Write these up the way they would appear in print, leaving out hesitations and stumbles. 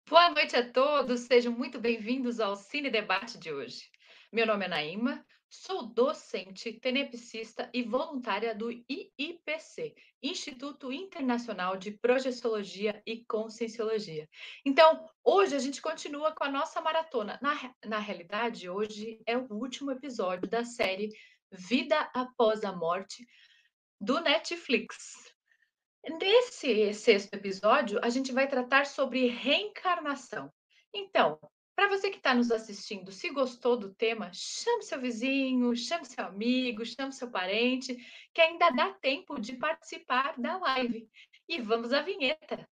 Boa noite a todos, sejam muito bem-vindos ao Cine Debate de hoje. Meu nome é Naíma, sou docente, tenepsista e voluntária do IIPC, Instituto Internacional de Projeciologia e Conscienciologia. Então, hoje a gente continua com a nossa maratona. Na realidade, hoje é o último episódio da série Vida Após a Morte, do Netflix. Nesse sexto episódio, a gente vai tratar sobre reencarnação. Então, para você que está nos assistindo, se gostou do tema, chame seu vizinho, chame seu amigo, chame seu parente, que ainda dá tempo de participar da live. E vamos à vinheta.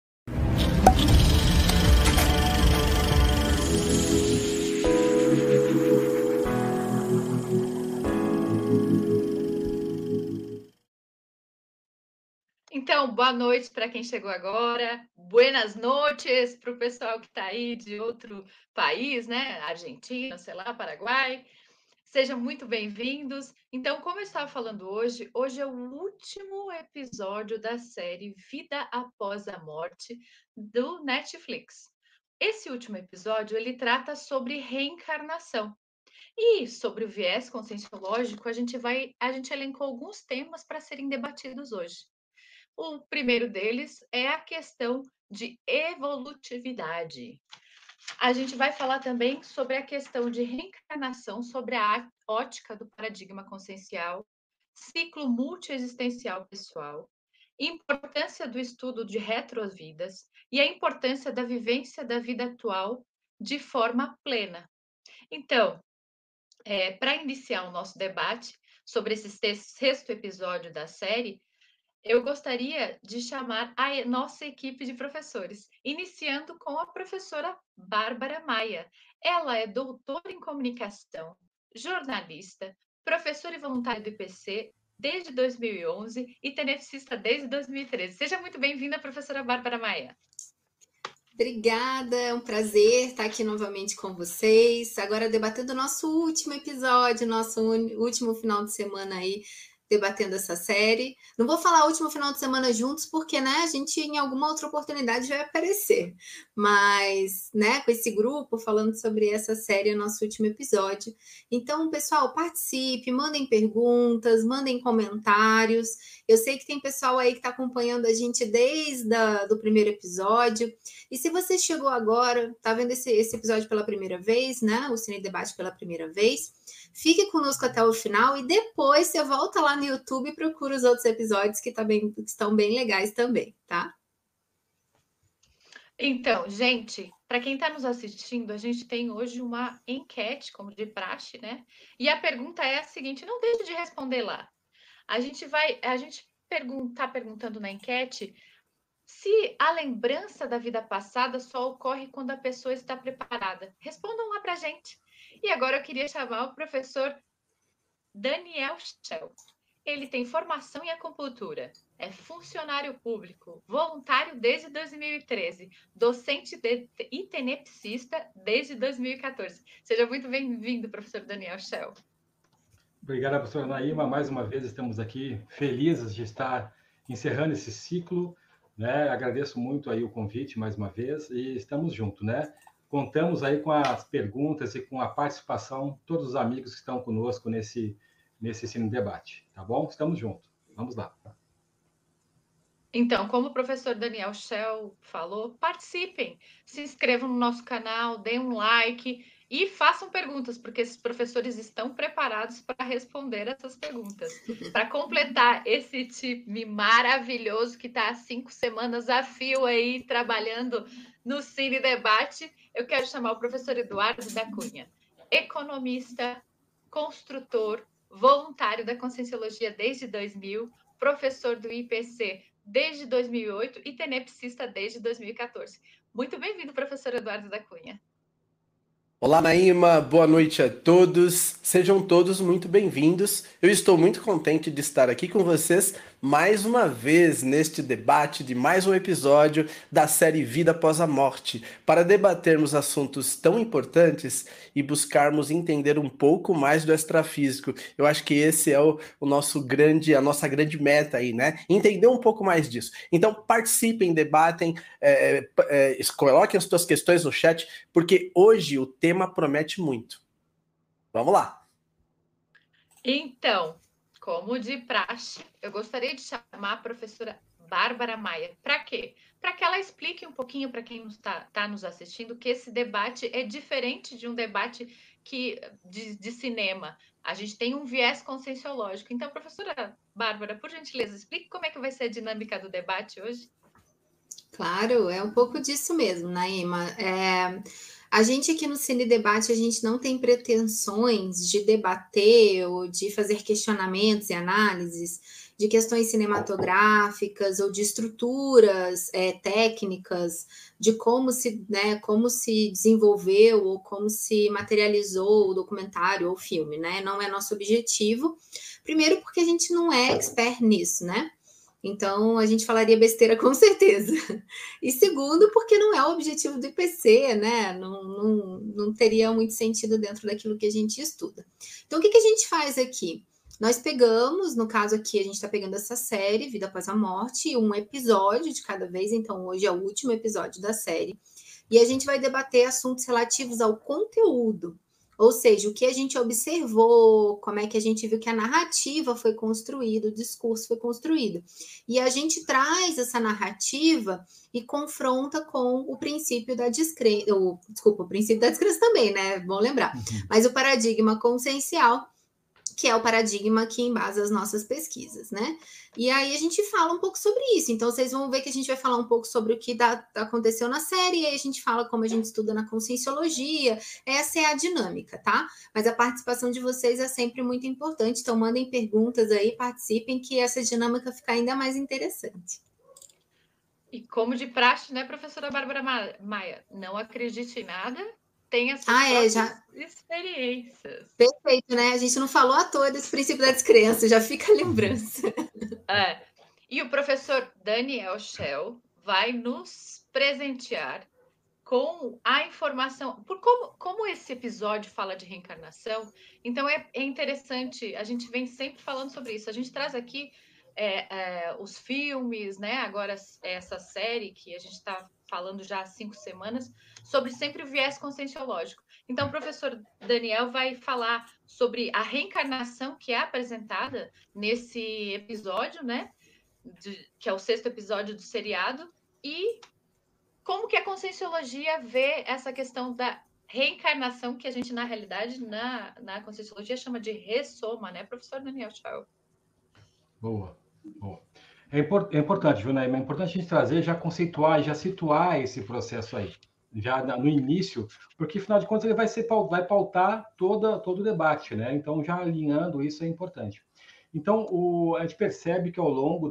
Então, boa noite para quem chegou agora, buenas noches para o pessoal que está aí de outro país, né? Argentina, sei lá, Paraguai. Sejam muito bem-vindos. Então, como eu estava falando hoje é o último episódio da série Vida Após a Morte do Netflix. Esse último episódio, ele trata sobre reencarnação. E sobre o viés conscienciológico, a gente elencou alguns temas para serem debatidos hoje. O primeiro deles é a questão de evolutividade. A gente vai falar também sobre a questão de reencarnação, sobre a ótica do paradigma consciencial, ciclo multiexistencial pessoal, importância do estudo de retrovidas e a importância da vivência da vida atual de forma plena. Então, para iniciar o nosso debate sobre esse sexto episódio da série, eu gostaria de chamar a nossa equipe de professores, iniciando com a professora Bárbara Maia. Ela é doutora em comunicação, jornalista, professora e voluntária do IPC desde 2011 e tenepsista desde 2013. Seja muito bem-vinda, professora Bárbara Maia. Obrigada, é um prazer estar aqui novamente com vocês. Agora debatendo o nosso último episódio, nosso último final de semana aí, debatendo essa série. Não vou falar último final de semana juntos, porque, né, a gente em alguma outra oportunidade vai aparecer. Mas, né, com esse grupo falando sobre essa série, é nosso último episódio. Então, pessoal, participe, mandem perguntas, mandem comentários. Eu sei que tem pessoal aí que está acompanhando a gente desde o primeiro episódio. E se você chegou agora, tá vendo esse episódio pela primeira vez, né? O Cine Debate pela primeira vez, fique conosco até o final e depois você volta lá no YouTube e procura os outros episódios que estão bem legais também, tá? Então, gente, para quem está nos assistindo, a gente tem hoje uma enquete, como de praxe, né? E a pergunta é a seguinte: não deixe de responder lá. A gente está perguntando na enquete se a lembrança da vida passada só ocorre quando a pessoa está preparada. Respondam lá para a gente. E agora eu queria chamar o professor Daniel Schell. Ele tem formação em acupuntura, é funcionário público, voluntário desde 2013, docente e tenepsista desde 2014. Seja muito bem-vindo, professor Daniel Schell. Obrigado, professora Naíma. Mais uma vez estamos aqui felizes de estar encerrando esse ciclo, né? Agradeço muito aí o convite mais uma vez e estamos juntos, né? Contamos aí com as perguntas e com a participação de todos os amigos que estão conosco nesse Cine Debate, tá bom? Estamos juntos. Vamos lá. Então, como o professor Daniel Schell falou, participem, se inscrevam no nosso canal, deem um like e façam perguntas, porque esses professores estão preparados para responder essas perguntas. Para completar esse time maravilhoso que está há 5 semanas a fio aí trabalhando no Cine Debate, eu quero chamar o professor Eduardo da Cunha, economista, construtor, voluntário da Conscienciologia desde 2000, professor do IPC desde 2008 e tenepsista desde 2014. Muito bem-vindo, professor Eduardo da Cunha. Olá, Naíma, boa noite a todos. Sejam todos muito bem-vindos. Eu estou muito contente de estar aqui com vocês mais uma vez neste debate de mais um episódio da série Vida Após a Morte, para debatermos assuntos tão importantes e buscarmos entender um pouco mais do extrafísico. Eu acho que esse é a nossa grande meta aí, né? Entender um pouco mais disso. Então, participem, debatem, coloquem as suas questões no chat, porque hoje o tema promete muito. Vamos lá. Então, como de praxe, eu gostaria de chamar a professora Bárbara Maia. Para quê? Para que ela explique um pouquinho para quem está nos assistindo que esse debate é diferente de um debate de cinema. A gente tem um viés conscienciológico. Então, professora Bárbara, por gentileza, explique como é que vai ser a dinâmica do debate hoje. Claro, é um pouco disso mesmo, Naíma. A gente aqui no Cine Debate, a gente não tem pretensões de debater ou de fazer questionamentos e análises de questões cinematográficas ou de estruturas técnicas, de como se desenvolveu ou como se materializou o documentário ou o filme, né? Não é nosso objetivo. Primeiro porque a gente não é expert nisso, né? Então, a gente falaria besteira com certeza. E segundo, porque não é o objetivo do IPC, né? Não teria muito sentido dentro daquilo que a gente estuda. Então, o que a gente faz aqui? Nós pegamos, no caso aqui, a gente está pegando essa série, Vida Após a Morte, um episódio de cada vez, então hoje é o último episódio da série, e a gente vai debater assuntos relativos ao conteúdo. Ou seja, o que a gente observou, como é que a gente viu que a narrativa foi construída, o discurso foi construído. E a gente traz essa narrativa e confronta com o princípio da descrença, o princípio da descrença também, né? Bom lembrar. Mas o paradigma consciencial, que é o paradigma que embasa as nossas pesquisas, né? E aí a gente fala um pouco sobre isso. Então, vocês vão ver que a gente vai falar um pouco sobre o que aconteceu na série, e aí a gente fala como a gente estuda na conscienciologia. Essa é a dinâmica, tá? Mas a participação de vocês é sempre muito importante. Então, mandem perguntas aí, participem, que essa dinâmica fica ainda mais interessante. E como de praxe, né, professora Bárbara Maia? Não acredite em nada, tenha suas próprias experiências. Perfeito, né? A gente não falou à toa desse princípio da descrença, já fica a lembrança. E o professor Daniel Schell vai nos presentear com a informação. Como esse episódio fala de reencarnação, então é interessante, a gente vem sempre falando sobre isso. A gente traz aqui os filmes, né? Agora essa série que a gente está falando já há 5 semanas, sobre sempre o viés conscienciológico. Então, o professor Daniel vai falar sobre a reencarnação que é apresentada nesse episódio, né? Que é o 6º episódio do seriado, e como que a conscienciologia vê essa questão da reencarnação, que a gente, na realidade, na conscienciologia chama de ressoma, né, professor Daniel Schell? Boa. É importante, viu, Naima? É importante a gente trazer, já conceituar, já situar esse processo aí, já no início, porque, afinal de contas, ele vai pautar todo o debate, né? Então, já alinhando isso é importante. Então, a gente percebe que ao longo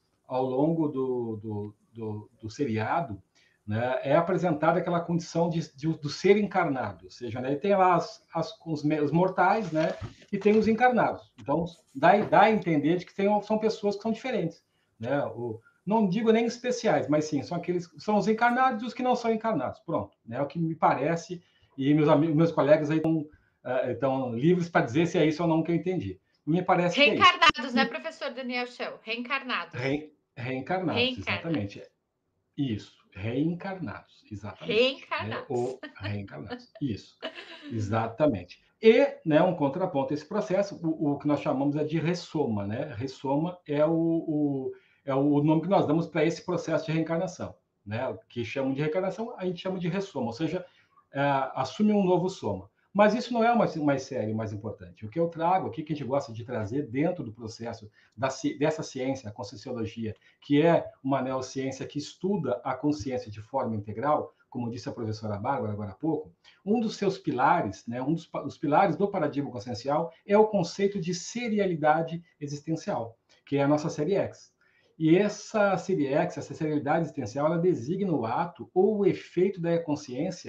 do seriado, né, é apresentada aquela condição do ser encarnado, ou seja, né, tem lá os mortais, né, e tem os encarnados. Então, dá a entender de que são pessoas que são diferentes, né? Não digo nem especiais, mas sim, são os encarnados e os que não são encarnados. Pronto, né? É o que me parece, e meus colegas aí estão livres para dizer se é isso ou não que eu entendi. Me parece que é isso. Reencarnados, né, professor Daniel Schell? Reencarnados. Reencarnados, exatamente. Isso, reencarnados, exatamente. Reencarnados. Reencarnados, isso, exatamente. E, né, um contraponto a esse processo, o que nós chamamos de ressoma, né? Ressoma é o nome que nós damos para esse processo de reencarnação, né? O que chamam de reencarnação, a gente chama de ressoma, ou seja, assume um novo soma. Mas isso não é o mais sério, o mais importante. O que eu trago aqui, que a gente gosta de trazer dentro do processo dessa ciência, a conscienciologia, que é uma neurociência que estuda a consciência de forma integral, como disse a professora Bárbara agora há pouco, um dos seus pilares, né, dos pilares do paradigma consciencial é o conceito de serialidade existencial, que é a nossa série X. E essa série X, essa serialidade existencial, ela designa o ato ou o efeito da consciência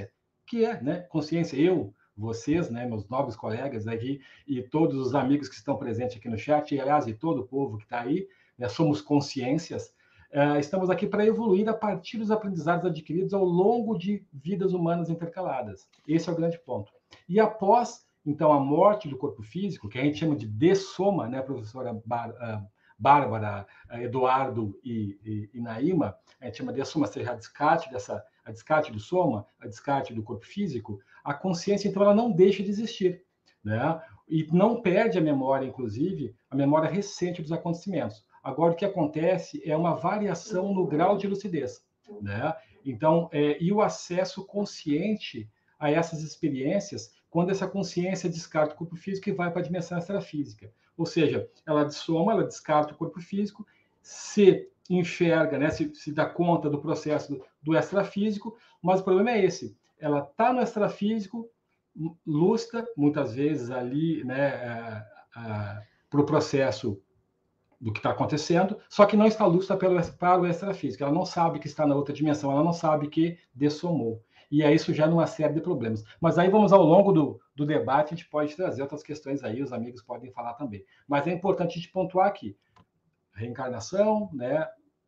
que é, né? Consciência, eu, vocês, né, meus nobres colegas aqui e todos os amigos que estão presentes aqui no chat, e aliás, e todo o povo que está aí, né, somos consciências. Estamos aqui para evoluir a partir dos aprendizados adquiridos ao longo de vidas humanas intercaladas. Esse é o grande ponto. E após, então, a morte do corpo físico, que a gente chama de dessoma, né, professora Bárbara, Eduardo e Naíma, a gente chama de dessoma, seja a descarte do soma, a descarte do corpo físico, a consciência, então, ela não deixa de existir, né? E não perde a memória, inclusive, a memória recente dos acontecimentos. Agora, o que acontece é uma variação no grau de lucidez, né? Então, e o acesso consciente a essas experiências, quando essa consciência descarta o corpo físico e vai para a dimensão extrafísica. Ou seja, ela dessoma, ela descarta o corpo físico, se enxerga, né, se dá conta do processo do extrafísico, mas o problema é esse. Ela está no extrafísico, lúcida, muitas vezes ali, né, para o processo do que está acontecendo, só que não está lúcida para o extrafísico. Ela não sabe que está na outra dimensão, ela não sabe que dessomou. E aí isso gera uma série de problemas. Mas aí vamos ao longo do debate, a gente pode trazer outras questões aí, os amigos podem falar também. Mas é importante a gente pontuar aqui. Reencarnação, né,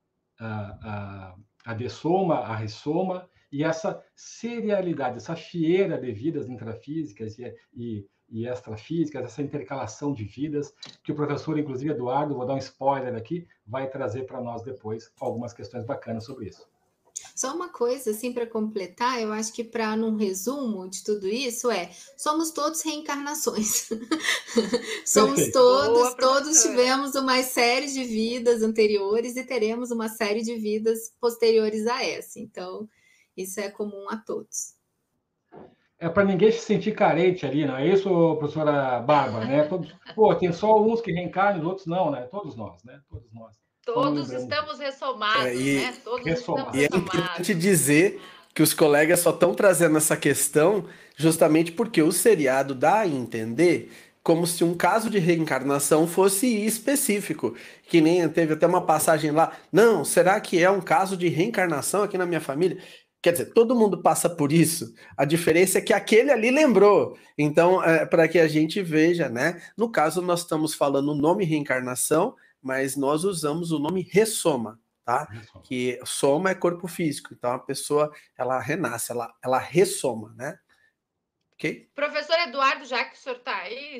a dessoma, a ressoma, e essa serialidade, essa fieira de vidas intrafísicas e extrafísicas, essa intercalação de vidas, que o professor, inclusive, Eduardo, vou dar um spoiler aqui, vai trazer para nós depois algumas questões bacanas sobre isso. Só uma coisa, assim, para completar, eu acho que para num resumo de tudo isso somos todos reencarnações. Somos todos tivemos uma série de vidas anteriores e teremos uma série de vidas posteriores a essa. Então, isso é comum a todos. É para ninguém se sentir carente ali, não é isso, professora Bárbara, né? Tem só uns que reencarnam, os outros não, né? Todos nós, né? Todos nós. Todos estamos ressomados, né? Todos estamos ressomados. E é importante dizer que os colegas só estão trazendo essa questão justamente porque o seriado dá a entender como se um caso de reencarnação fosse específico. Que nem teve até uma passagem lá. Não, será que é um caso de reencarnação aqui na minha família? Quer dizer, todo mundo passa por isso. A diferença é que aquele ali lembrou. Então, para que a gente veja, né? No caso, nós estamos falando o nome reencarnação, mas nós usamos o nome ressoma, tá? Ressoma. Que soma é corpo físico. Então, a pessoa, ela renasce, ela ressoma, né? Ok? Professor Eduardo, já que o senhor está aí,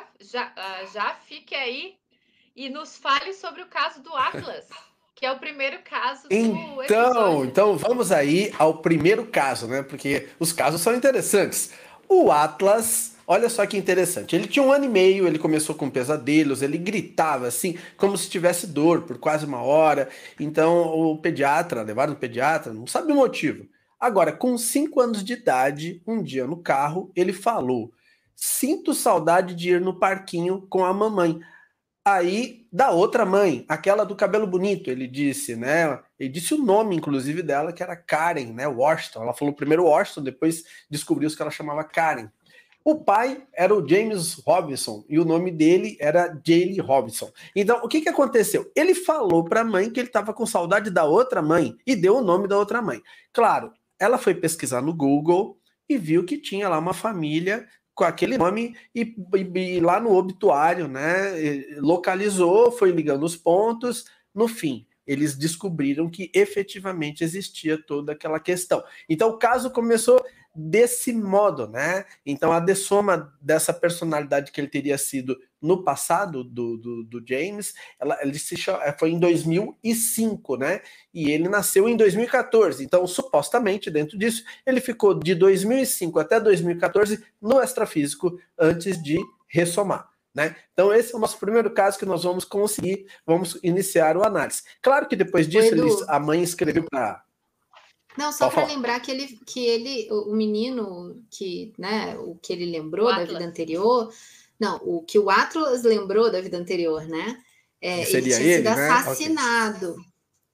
já fique aí e nos fale sobre o caso do Atlas. Que é o primeiro caso do episódio. Então, vamos aí ao primeiro caso, né? Porque os casos são interessantes. O Atlas, olha só que interessante. Ele tinha 1 ano e meio, ele começou com pesadelos, ele gritava assim, como se tivesse dor por quase 1 hora. Então, levaram no pediatra, não sabe o motivo. Agora, com 5 anos de idade, um dia no carro, ele falou: sinto saudade de ir no parquinho com a mamãe. Aí, da outra mãe, aquela do cabelo bonito, ele disse, né? Ele disse o nome, inclusive, dela, que era Karen, né? Washington. Ela falou primeiro Washington, depois descobriu que ela chamava Karen. O pai era o James Robinson e o nome dele era Jaylee Robinson. Então, o que aconteceu? Ele falou para a mãe que ele estava com saudade da outra mãe e deu o nome da outra mãe. Claro, ela foi pesquisar no Google e viu que tinha lá uma família com aquele nome e lá no obituário, né, localizou, foi ligando os pontos, no fim, eles descobriram que efetivamente existia toda aquela questão. Então o caso começou desse modo, né? Então a dessoma dessa personalidade que ele teria sido no passado do James, foi em 2005, né? E ele nasceu em 2014. Então, supostamente, dentro disso, ele ficou de 2005 até 2014 no extrafísico antes de ressomar, né? Então, esse é o nosso primeiro caso que nós vamos iniciar o análise. Claro que depois disso, a mãe escreveu para... Não, só para lembrar o menino que, né, o que ele lembrou da vida anterior, não, o que o Atlas lembrou da vida anterior, né? Ele tinha sido assassinado. Okay.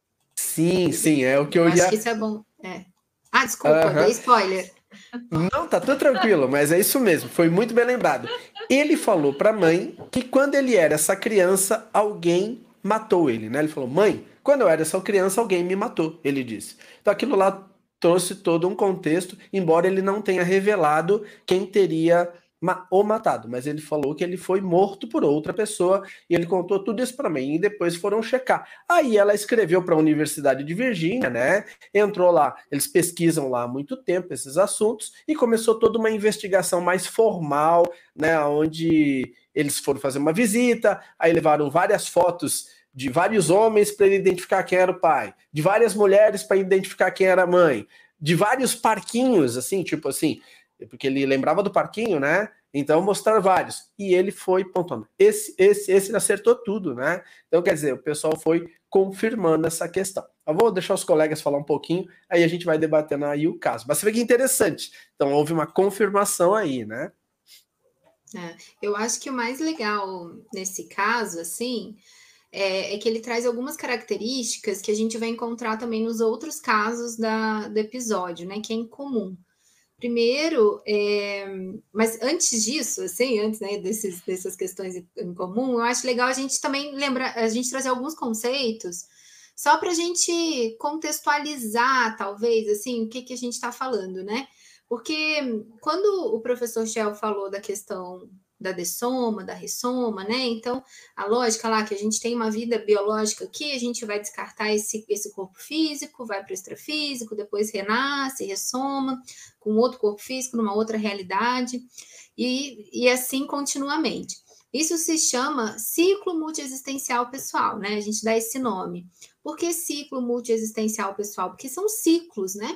Sim, é o que eu ia... Acho que isso é bom. Ah, desculpa, dei spoiler. Não, tá tudo tranquilo, mas é isso mesmo, foi muito bem lembrado. Ele falou para a mãe que quando ele era essa criança, alguém matou ele, né? Ele falou: mãe, quando eu era essa criança, alguém me matou, ele disse. Então aquilo lá trouxe todo um contexto, embora ele não tenha revelado quem teria o matado, mas ele falou que ele foi morto por outra pessoa e ele contou tudo isso para mim e depois foram checar. Aí ela escreveu para a Universidade de Virgínia, né? Entrou lá, eles pesquisam lá há muito tempo esses assuntos e começou toda uma investigação mais formal, né? Onde eles foram fazer uma visita, aí levaram várias fotos de vários homens para ele identificar quem era o pai, de várias mulheres para identificar quem era a mãe, de vários parquinhos, assim, tipo assim, porque ele lembrava do parquinho, né? Então, mostrar vários. E ele foi pontuando. Esse ele acertou tudo, né? Então, quer dizer, o pessoal foi confirmando essa questão. Eu vou deixar os colegas falar um pouquinho, aí a gente vai debatendo aí o caso. Mas você vê que interessante. Então, houve uma confirmação aí, né? Eu acho que o mais legal nesse caso, assim, é que ele traz algumas características que a gente vai encontrar também nos outros casos do episódio, né? Que é incomum. Primeiro, mas antes disso, assim, antes, né, dessas questões em comum, eu acho legal a gente também lembrar, a gente trazer alguns conceitos, só para a gente contextualizar, talvez, assim, o que a gente está falando, né? Porque quando o professor Shell falou da questão da dessoma, da ressoma, né? Então, a lógica lá que a gente tem uma vida biológica aqui, a gente vai descartar esse corpo físico, vai para o extrafísico, depois renasce, ressoma, com outro corpo físico, numa outra realidade, e assim continuamente. Isso se chama ciclo multiexistencial pessoal, né? A gente dá esse nome. Por que ciclo multiexistencial pessoal? Porque são ciclos, né?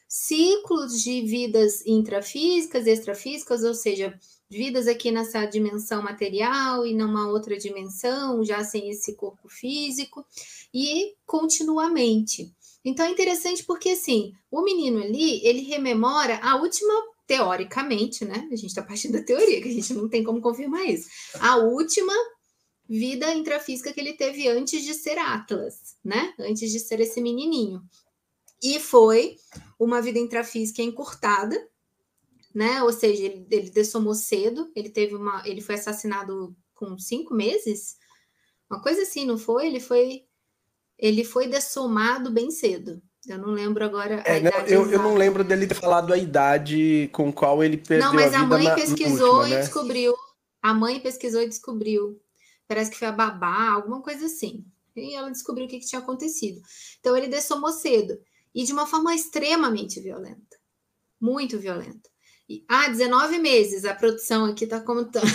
Ciclos de vidas intrafísicas, extrafísicas, ou seja, vidas aqui nessa dimensão material e numa outra dimensão, já sem esse corpo físico, e continuamente. Então é interessante porque, assim, o menino ali, ele rememora a última, teoricamente, né? A gente está partindo da teoria, que a gente não tem como confirmar isso. A última vida intrafísica que ele teve antes de ser Atlas, né? Antes de ser esse menininho. E foi uma vida intrafísica encurtada, né? Ou seja, ele dessomou cedo, ele foi assassinado com 5 meses, uma coisa assim, não foi? Ele foi dessomado bem cedo. Eu não lembro agora a idade eu não lembro dele ter falado a idade com qual ele perdeu a vida. Não, mas a mãe pesquisou última, e descobriu. A mãe pesquisou e descobriu. Parece que foi a babá, alguma coisa assim. E ela descobriu o que tinha acontecido. Então, ele dessomou cedo. E de uma forma extremamente violenta. Muito violenta. 19 meses. A produção aqui está contando.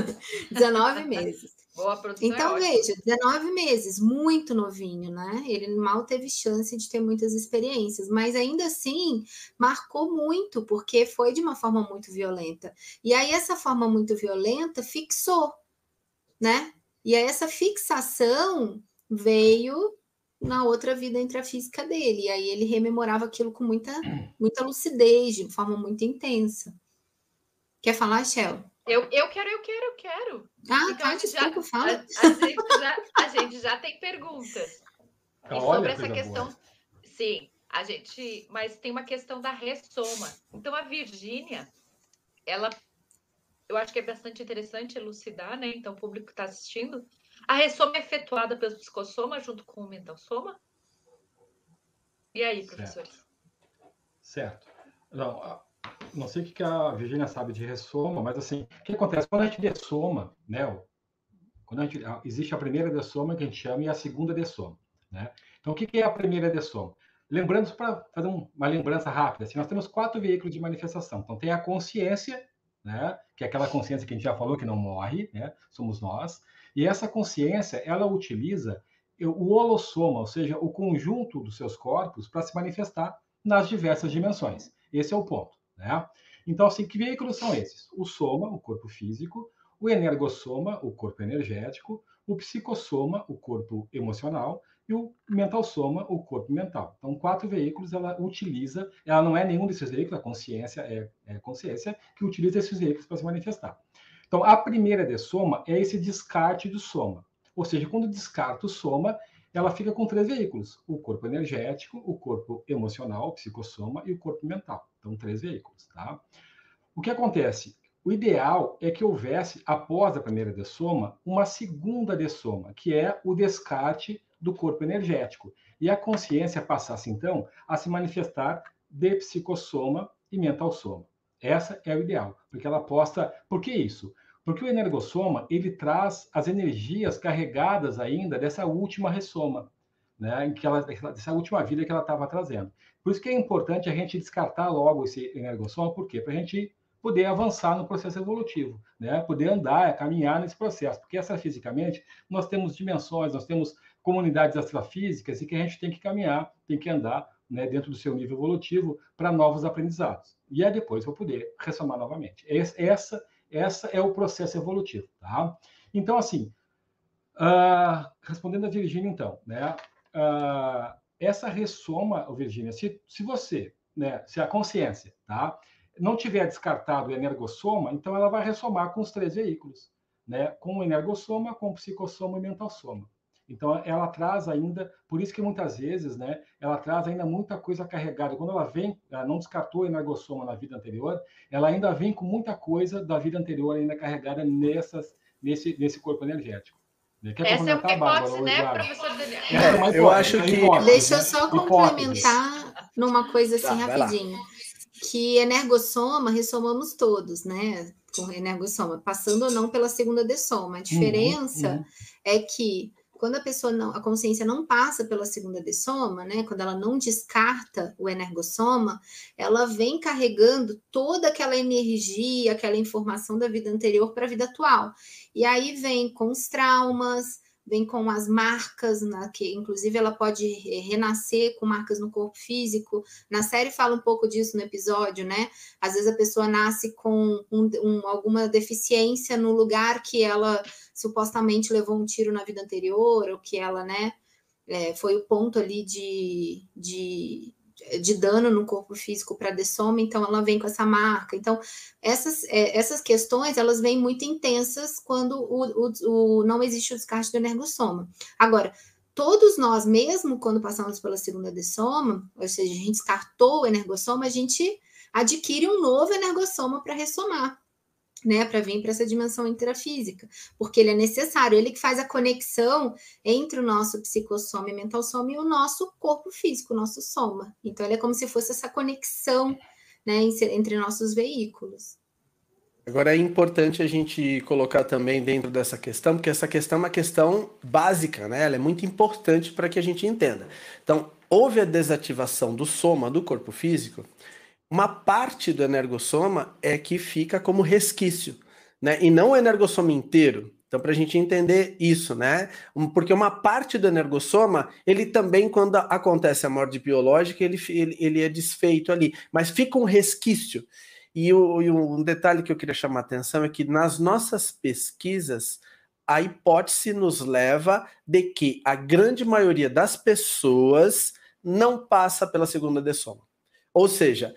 19 meses. Boa produção. Então, veja, 19 meses, muito novinho, né? Ele mal teve chance de ter muitas experiências, mas ainda assim marcou muito, porque foi de uma forma muito violenta. E aí, essa forma muito violenta fixou, né? E aí, essa fixação veio na outra vida intrafísica dele. E aí, ele rememorava aquilo com muita lucidez, de forma muito intensa. Quer falar, Shell? Eu quero. Ah, então, tá, desculpa, fala. A gente já tem perguntas. E sobre essa questão... Boa. Sim, mas tem uma questão da ressoma. Então, a Virgínia, eu acho que é bastante interessante elucidar, né? Então, o público que está assistindo. A ressoma é efetuada pelo psicossoma junto com o mentalsoma? E aí, professores? Certo. Não sei o que a Virgínia sabe de ressoma, mas assim, o que acontece? Quando a gente dessoma, né? Existe a primeira dessoma que a gente chama e a segunda dessoma, né? Então, o que é a primeira dessoma? Lembrando, para fazer uma lembrança rápida, assim, nós temos 4 veículos de manifestação. Então, tem a consciência, né? Que é aquela consciência que a gente já falou que não morre, né? Somos nós. E essa consciência, ela utiliza o holossoma, ou seja, o conjunto dos seus corpos para se manifestar nas diversas dimensões. Esse é o ponto, né? Então, assim, que veículos são esses? O soma, o corpo físico, o energossoma, o corpo energético, o psicossoma, o corpo emocional, e o mentalsoma, o corpo mental. Então, 4 veículos ela utiliza, ela não é nenhum desses veículos, a consciência é a consciência que utiliza esses veículos para se manifestar. Então, a primeira dessoma é esse descarte do soma. Ou seja, quando descarta o soma, ela fica com 3 veículos: o corpo energético, o corpo emocional, o psicossoma, e o corpo mental. Então, 3 veículos, tá? O que acontece? O ideal é que houvesse, após a primeira dessoma, uma segunda dessoma, que é o descarte do corpo energético. E a consciência passasse, então, a se manifestar de psicossoma e mental soma. Essa é o ideal, porque ela aposta... Por que isso? Porque o energossoma, ele traz as energias carregadas ainda dessa última ressoma, né? Dessa última vida que ela estava trazendo. Por isso que é importante a gente descartar logo esse energossoma, por quê? Para a gente poder avançar no processo evolutivo, né? Poder andar, caminhar nesse processo, porque extrafisicamente nós temos dimensões, nós temos comunidades extrafísicas e que a gente tem que caminhar, tem que andar, né, dentro do seu nível evolutivo para novos aprendizados. E aí depois vou poder ressomar novamente. Essa é o processo evolutivo, tá? Então, assim, respondendo a Virgínia, então, né? Essa ressoma, Virgínia, se você, né, se a consciência, tá, não tiver descartado o energossoma, então ela vai ressomar com os 3 veículos, né? Com o energossoma, com o psicossoma e mental soma. Então, ela traz ainda, por isso que muitas vezes, né, ela traz ainda muita coisa carregada. Quando ela vem, ela não descartou o energossoma na vida anterior, ela ainda vem com muita coisa da vida anterior ainda carregada nesse corpo energético. Essa é uma hipótese, né, professor Daniel? Eu acho que... Deixa eu só complementar numa coisa assim rapidinho. Que energossoma ressomamos todos, né? Com energossoma, passando ou não pela segunda dessoma. A diferença é que quando a consciência não passa pela segunda dessoma, né? Quando ela não descarta o energossoma, ela vem carregando toda aquela energia, aquela informação da vida anterior para a vida atual. E aí vem com os traumas, vem com as marcas, que inclusive ela pode renascer com marcas no corpo físico. Na série fala um pouco disso no episódio, né? Às vezes a pessoa nasce com alguma deficiência no lugar que ela supostamente levou um tiro na vida anterior, ou que ela, né, foi o ponto ali de dano no corpo físico para dessoma, então ela vem com essa marca. Então, essas questões, elas vêm muito intensas quando não existe o descarte do energossoma. Agora, todos nós, mesmo quando passamos pela segunda dessoma, ou seja, a gente descartou o energossoma, a gente adquire um novo energossoma para ressomar, né, para vir para essa dimensão intrafísica, porque ele é necessário, ele que faz a conexão entre o nosso psicossoma e mental soma e o nosso corpo físico, o nosso soma. Então, ele é como se fosse essa conexão, né, entre nossos veículos. Agora, é importante a gente colocar também dentro dessa questão, porque essa questão é uma questão básica, né? Ela é muito importante para que a gente entenda. Então, houve a desativação do soma, do corpo físico. Uma parte do energossoma é que fica como resquício, né? E não o energossoma inteiro. Então, para a gente entender isso, né? Porque uma parte do energossoma, ele também, quando acontece a morte biológica, ele é desfeito ali, mas fica um resquício. E um detalhe que eu queria chamar a atenção é que nas nossas pesquisas, a hipótese nos leva de que a grande maioria das pessoas não passa pela segunda dessoma. Ou seja,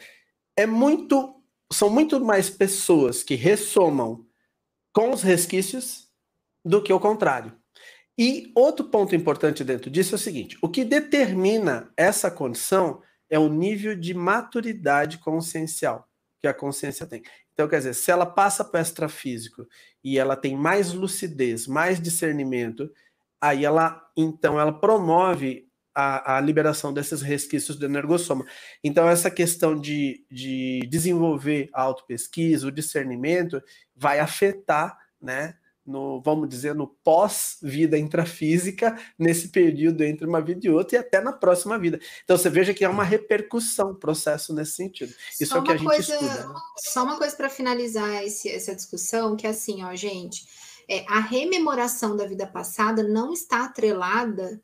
são muito mais pessoas que ressomam com os resquícios do que o contrário. E outro ponto importante dentro disso é o seguinte: o que determina essa condição é o nível de maturidade consciencial que a consciência tem. Então, quer dizer, se ela passa para o extrafísico e ela tem mais lucidez, mais discernimento, aí ela promove a liberação desses resquícios do energossoma. Então, essa questão de desenvolver a autopesquisa, o discernimento, vai afetar, né, vamos dizer, no pós-vida intrafísica, nesse período entre uma vida e outra, e até na próxima vida. Então, você veja que há uma repercussão, processo nesse sentido. Isso é o que a gente estuda. Né? Só uma coisa para finalizar essa discussão, que é assim, ó, gente, a rememoração da vida passada não está atrelada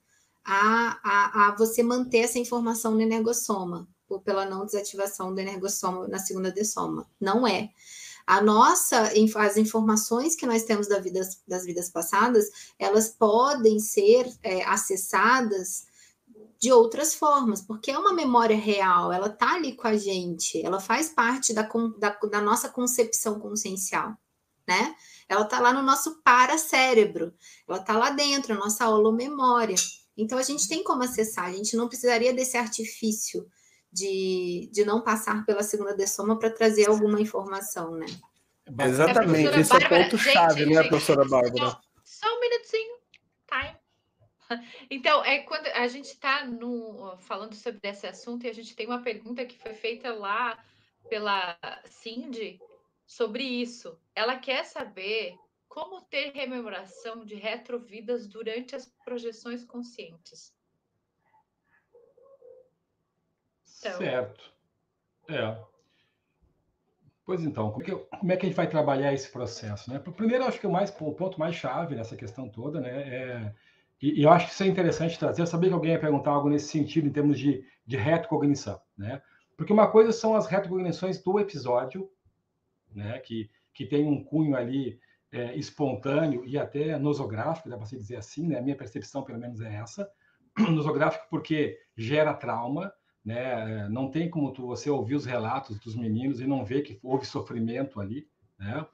a você manter essa informação no energossoma, ou pela não desativação do energossoma na segunda dessoma. Não é. As informações que nós temos das vidas passadas, elas podem ser acessadas de outras formas, porque é uma memória real, ela está ali com a gente, ela faz parte da nossa concepção consciencial, né? Ela está lá no nosso paracérebro, ela está lá dentro, a nossa holomemória. Então, a gente tem como acessar, a gente não precisaria desse artifício de não passar pela segunda dessoma para trazer alguma informação, né? Exatamente, esse é o ponto-chave, né, professora Bárbara? Só um minutinho, time. Então, quando a gente está falando sobre esse assunto e a gente tem uma pergunta que foi feita lá pela Cindy sobre isso. Ela quer saber como ter rememoração de retrovidas durante as projeções conscientes. Então, Certo. Pois então, como é que a gente vai trabalhar esse processo, né? Primeiro, eu acho que o ponto mais chave nessa questão toda, né, e eu acho que isso é interessante trazer. Eu sabia que alguém ia perguntar algo nesse sentido, em termos de retrocognição, né? Porque uma coisa são as retrocognições do episódio, né, que tem um cunho ali espontâneo e até nosográfico, dá para se dizer assim, né? A minha percepção, pelo menos, é essa. Nosográfico porque gera trauma, né? Não tem como você ouvir os relatos dos meninos e não ver que houve sofrimento ali, né?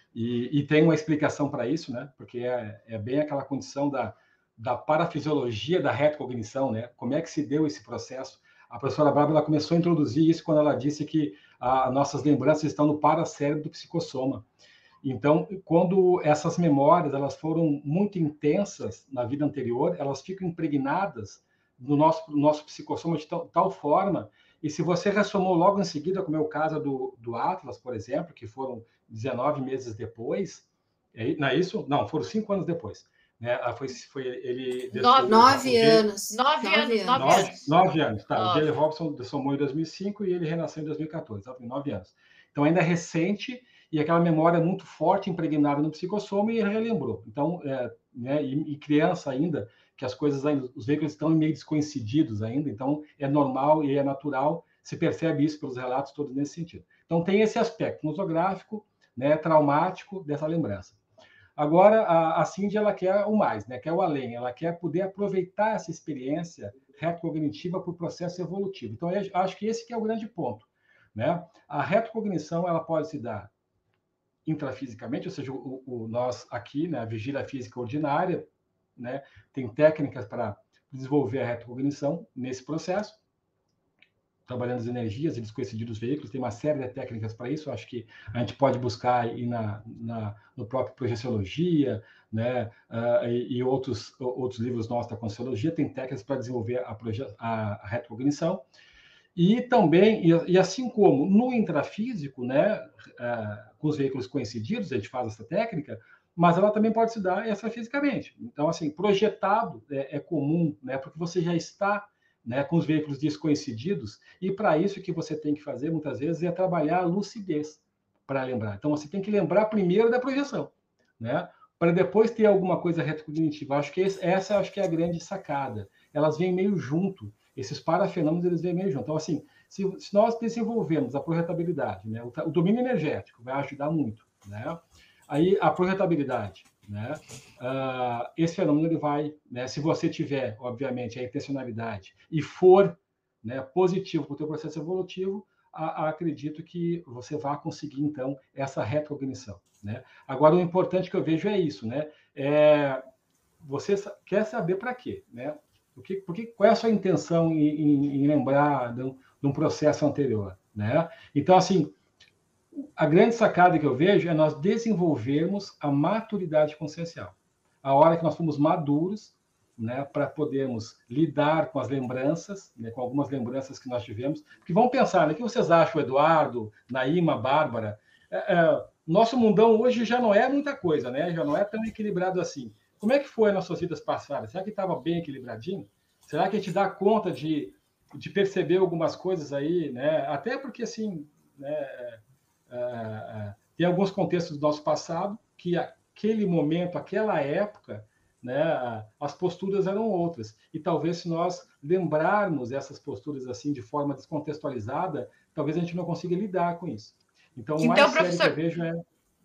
E tem uma explicação para isso, né? Porque é bem aquela condição da parafisiologia da retrocognição, né? Como é que se deu esse processo? A professora Bárbara começou a introduzir isso quando ela disse que nossas lembranças estão no paracérebro do psicossoma. Então, quando essas memórias elas foram muito intensas na vida anterior, elas ficam impregnadas no nosso psicossoma de tal forma, e se você ressomou logo em seguida, como é o caso do Atlas, por exemplo, que foram 19 meses depois, não é isso? Não, foram 5 anos depois. Né? Ele... 9 anos. 9 anos. 9 anos, tá. 9. O J.L. Robson somou em 2005 e ele renasceu em 2014, 9 anos. Então, ainda é recente, e aquela memória muito forte, impregnada no psicossoma, e ele relembrou. Então, né, e criança ainda, que as coisas ainda, os veículos estão meio descoincididos ainda, então é normal e é natural, se percebe isso pelos relatos todos nesse sentido. Então, tem esse aspecto nosográfico, né, traumático dessa lembrança. Agora, a Cindy, ela quer o mais, né, quer o além, ela quer poder aproveitar essa experiência retrocognitiva para o processo evolutivo. Então, eu acho que esse que é o grande ponto. Né? A retrocognição ela pode se dar intrafisicamente, ou seja, nós aqui, né, a vigília física ordinária, né, tem técnicas para desenvolver a retrocognição nesse processo, trabalhando as energias e descoincidir dos veículos, tem uma série de técnicas para isso, acho que a gente pode buscar aí no próprio Projeciologia, né, e outros livros nossos da Conscienciologia, tem técnicas para desenvolver a retrocognição. E também, e assim como no intrafísico, né, com os veículos coincididos, a gente faz essa técnica, mas ela também pode se dar extrafisicamente. Então, assim, projetado é comum, né, porque você já está, né, com os veículos descoincididos, e para isso o que você tem que fazer, muitas vezes, é trabalhar a lucidez para lembrar. Então, você tem que lembrar primeiro da projeção, né, para depois ter alguma coisa retrocognitiva. Acho que essa acho que é a grande sacada. Elas vêm meio junto. Esses parafenômenos, eles vêm meio junto. Então, assim, se nós desenvolvemos a projetabilidade, né, o domínio energético vai ajudar muito, né? Aí, a projetabilidade, né? Esse fenômeno, ele vai, né, se você tiver, obviamente, a intencionalidade e for, né, positivo para o teu processo evolutivo, acredito que você vai conseguir, então, essa retrocognição, né? Agora, o importante que eu vejo é isso, né? Você quer saber para quê, né? Qual é a sua intenção em lembrar de um processo anterior, né? Então, assim, a grande sacada que eu vejo é nós desenvolvermos a maturidade consciencial. A hora que nós fomos maduros, né, para podermos lidar com as lembranças, né, com algumas lembranças que nós tivemos. Porque vamos pensar, né, o que vocês acham, Eduardo, Naíma, Bárbara? Nosso mundão hoje já não é muita coisa, né? Já não é tão equilibrado assim. Como é que foi nas suas vidas passadas? Será que estava bem equilibradinho? Será que a gente dá conta de perceber algumas coisas aí, né? Até porque, assim, né, tem alguns contextos do nosso passado que aquele momento, aquela época, né, as posturas eram outras. E talvez se nós lembrarmos essas posturas assim de forma descontextualizada, talvez a gente não consiga lidar com isso. Então, o mais sério que eu vejo é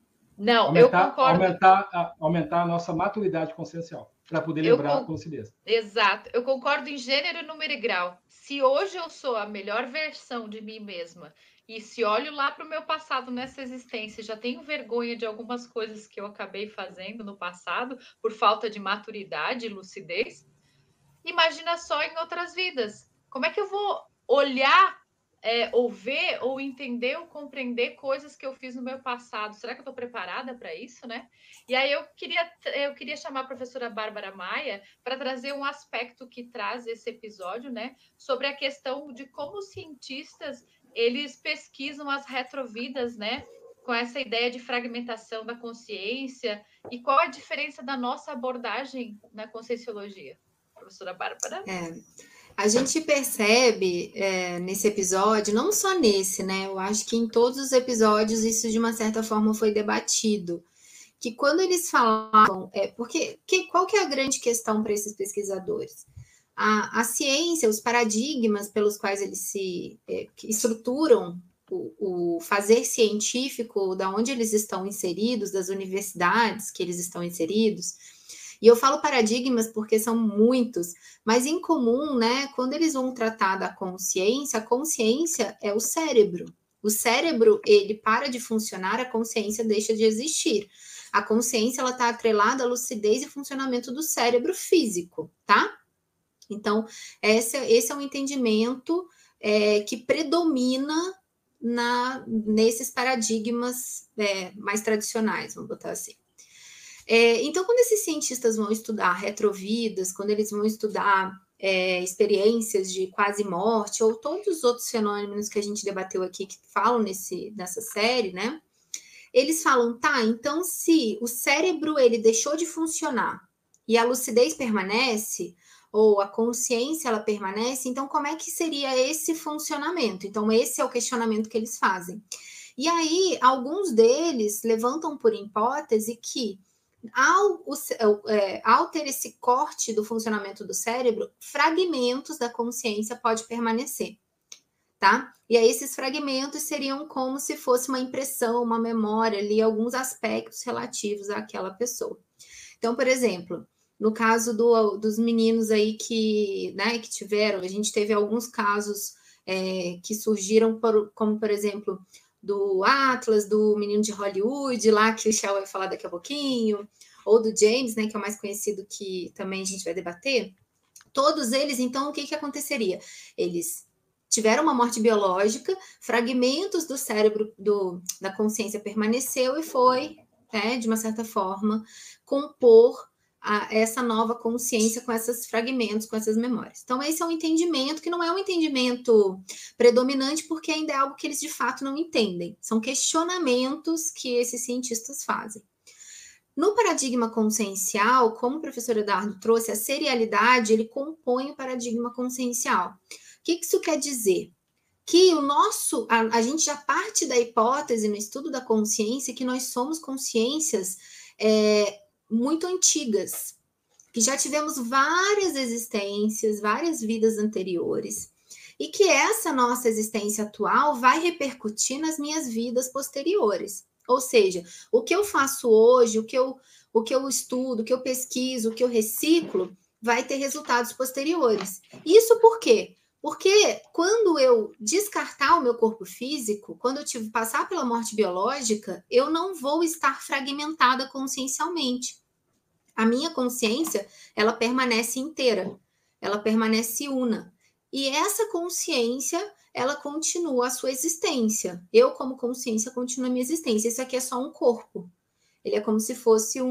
aumentar a nossa maturidade consciencial, para poder lembrar com lucidez. Exato. Eu concordo em gênero, número e grau. Se hoje eu sou a melhor versão de mim mesma, e se olho lá para o meu passado nessa existência, já tenho vergonha de algumas coisas que eu acabei fazendo no passado, por falta de maturidade e lucidez, imagina só em outras vidas. Como é que eu vou olhar ou ver, ou entender, ou compreender coisas que eu fiz no meu passado. Será que eu estou preparada para isso, né? E aí eu queria chamar a professora Bárbara Maia para trazer um aspecto que traz esse episódio, né? Sobre a questão de como os cientistas eles pesquisam as retrovidas, né? Com essa ideia de fragmentação da consciência e qual a diferença da nossa abordagem na conscienciologia. Professora Bárbara? A gente percebe nesse episódio, não só nesse, né? Eu acho que em todos os episódios isso de uma certa forma foi debatido. Que quando eles falavam, qual que é a grande questão para esses pesquisadores? A ciência, os paradigmas pelos quais eles se estruturam o fazer científico, da onde eles estão inseridos, das universidades que eles estão inseridos. E eu falo paradigmas porque são muitos, mas em comum, né, quando eles vão tratar da consciência, a consciência é o cérebro. O cérebro, ele para de funcionar, a consciência deixa de existir. A consciência, ela está atrelada à lucidez e funcionamento do cérebro físico, tá? Então, esse é um entendimento que predomina nesses paradigmas mais tradicionais, vamos botar assim. Então, quando esses cientistas vão estudar retrovidas, quando eles vão estudar experiências de quase morte, ou todos os outros fenômenos que a gente debateu aqui, que falam nessa série, né? Eles falam, tá, então se o cérebro ele deixou de funcionar e a lucidez permanece, ou a consciência ela permanece, então como é que seria esse funcionamento? Então, esse é o questionamento que eles fazem. E aí, alguns deles levantam por hipótese que ao ter esse corte do funcionamento do cérebro, fragmentos da consciência podem permanecer, tá? E aí esses fragmentos seriam como se fosse uma impressão, uma memória ali, alguns aspectos relativos àquela pessoa. Então, por exemplo, no caso dos meninos aí que tiveram, a gente teve alguns casos que surgiram, como por exemplo, do Atlas, do menino de Hollywood, lá que o Shell vai falar daqui a pouquinho, ou do James, né, que é o mais conhecido, que também a gente vai debater. Todos eles, então, o que aconteceria? Eles tiveram uma morte biológica, fragmentos do cérebro, da consciência permaneceu e foi, de uma certa forma, compor essa nova consciência com esses fragmentos, com essas memórias. Então, esse é um entendimento que não é um entendimento predominante, porque ainda é algo que eles de fato não entendem. São questionamentos que esses cientistas fazem. No paradigma consciencial, como o professor Eduardo trouxe, a serialidade, ele compõe o paradigma consciencial. O que isso quer dizer? Que a gente já parte da hipótese no estudo da consciência que nós somos consciências muito antigas, que já tivemos várias existências, várias vidas anteriores, e que essa nossa existência atual vai repercutir nas minhas vidas posteriores. Ou seja, o que eu faço hoje, o que eu estudo, o que eu pesquiso, o que eu reciclo, vai ter resultados posteriores. Isso por quê? Porque quando eu descartar o meu corpo físico, quando eu passar pela morte biológica, eu não vou estar fragmentada consciencialmente. A minha consciência, ela permanece inteira, ela permanece una. E essa consciência, ela continua a sua existência. Eu, como consciência, continuo a minha existência. Isso aqui é só um corpo. Ele é como se fosse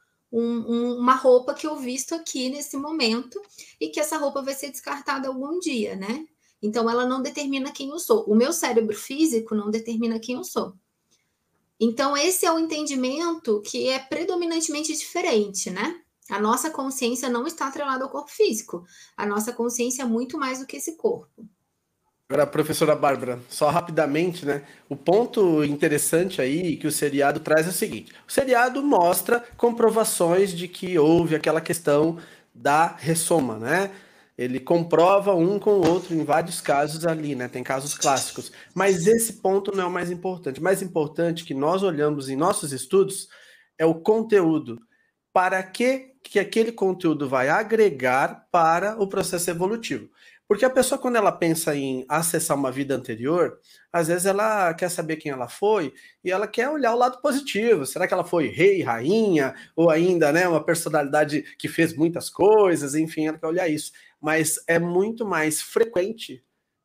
uma roupa que eu visto aqui nesse momento e que essa roupa vai ser descartada algum dia, né? Então, ela não determina quem eu sou. O meu cérebro físico não determina quem eu sou. Então, esse é o entendimento que é predominantemente diferente, né? A nossa consciência não está atrelada ao corpo físico. A nossa consciência é muito mais do que esse corpo. Agora, professora Bárbara, só rapidamente, né? O ponto interessante aí que o seriado traz é o seguinte: o seriado mostra comprovações de que houve aquela questão da ressoma, né? Ele comprova um com o outro em vários casos ali, né? Tem casos clássicos. Mas esse ponto não é o mais importante. O mais importante que nós olhamos em nossos estudos é o conteúdo. Para que aquele conteúdo vai agregar para o processo evolutivo. Porque a pessoa, quando ela pensa em acessar uma vida anterior, às vezes ela quer saber quem ela foi e ela quer olhar o lado positivo. Será que ela foi rei, rainha, ou ainda, né, uma personalidade que fez muitas coisas? Enfim, ela quer olhar isso. Mas é muito mais frequente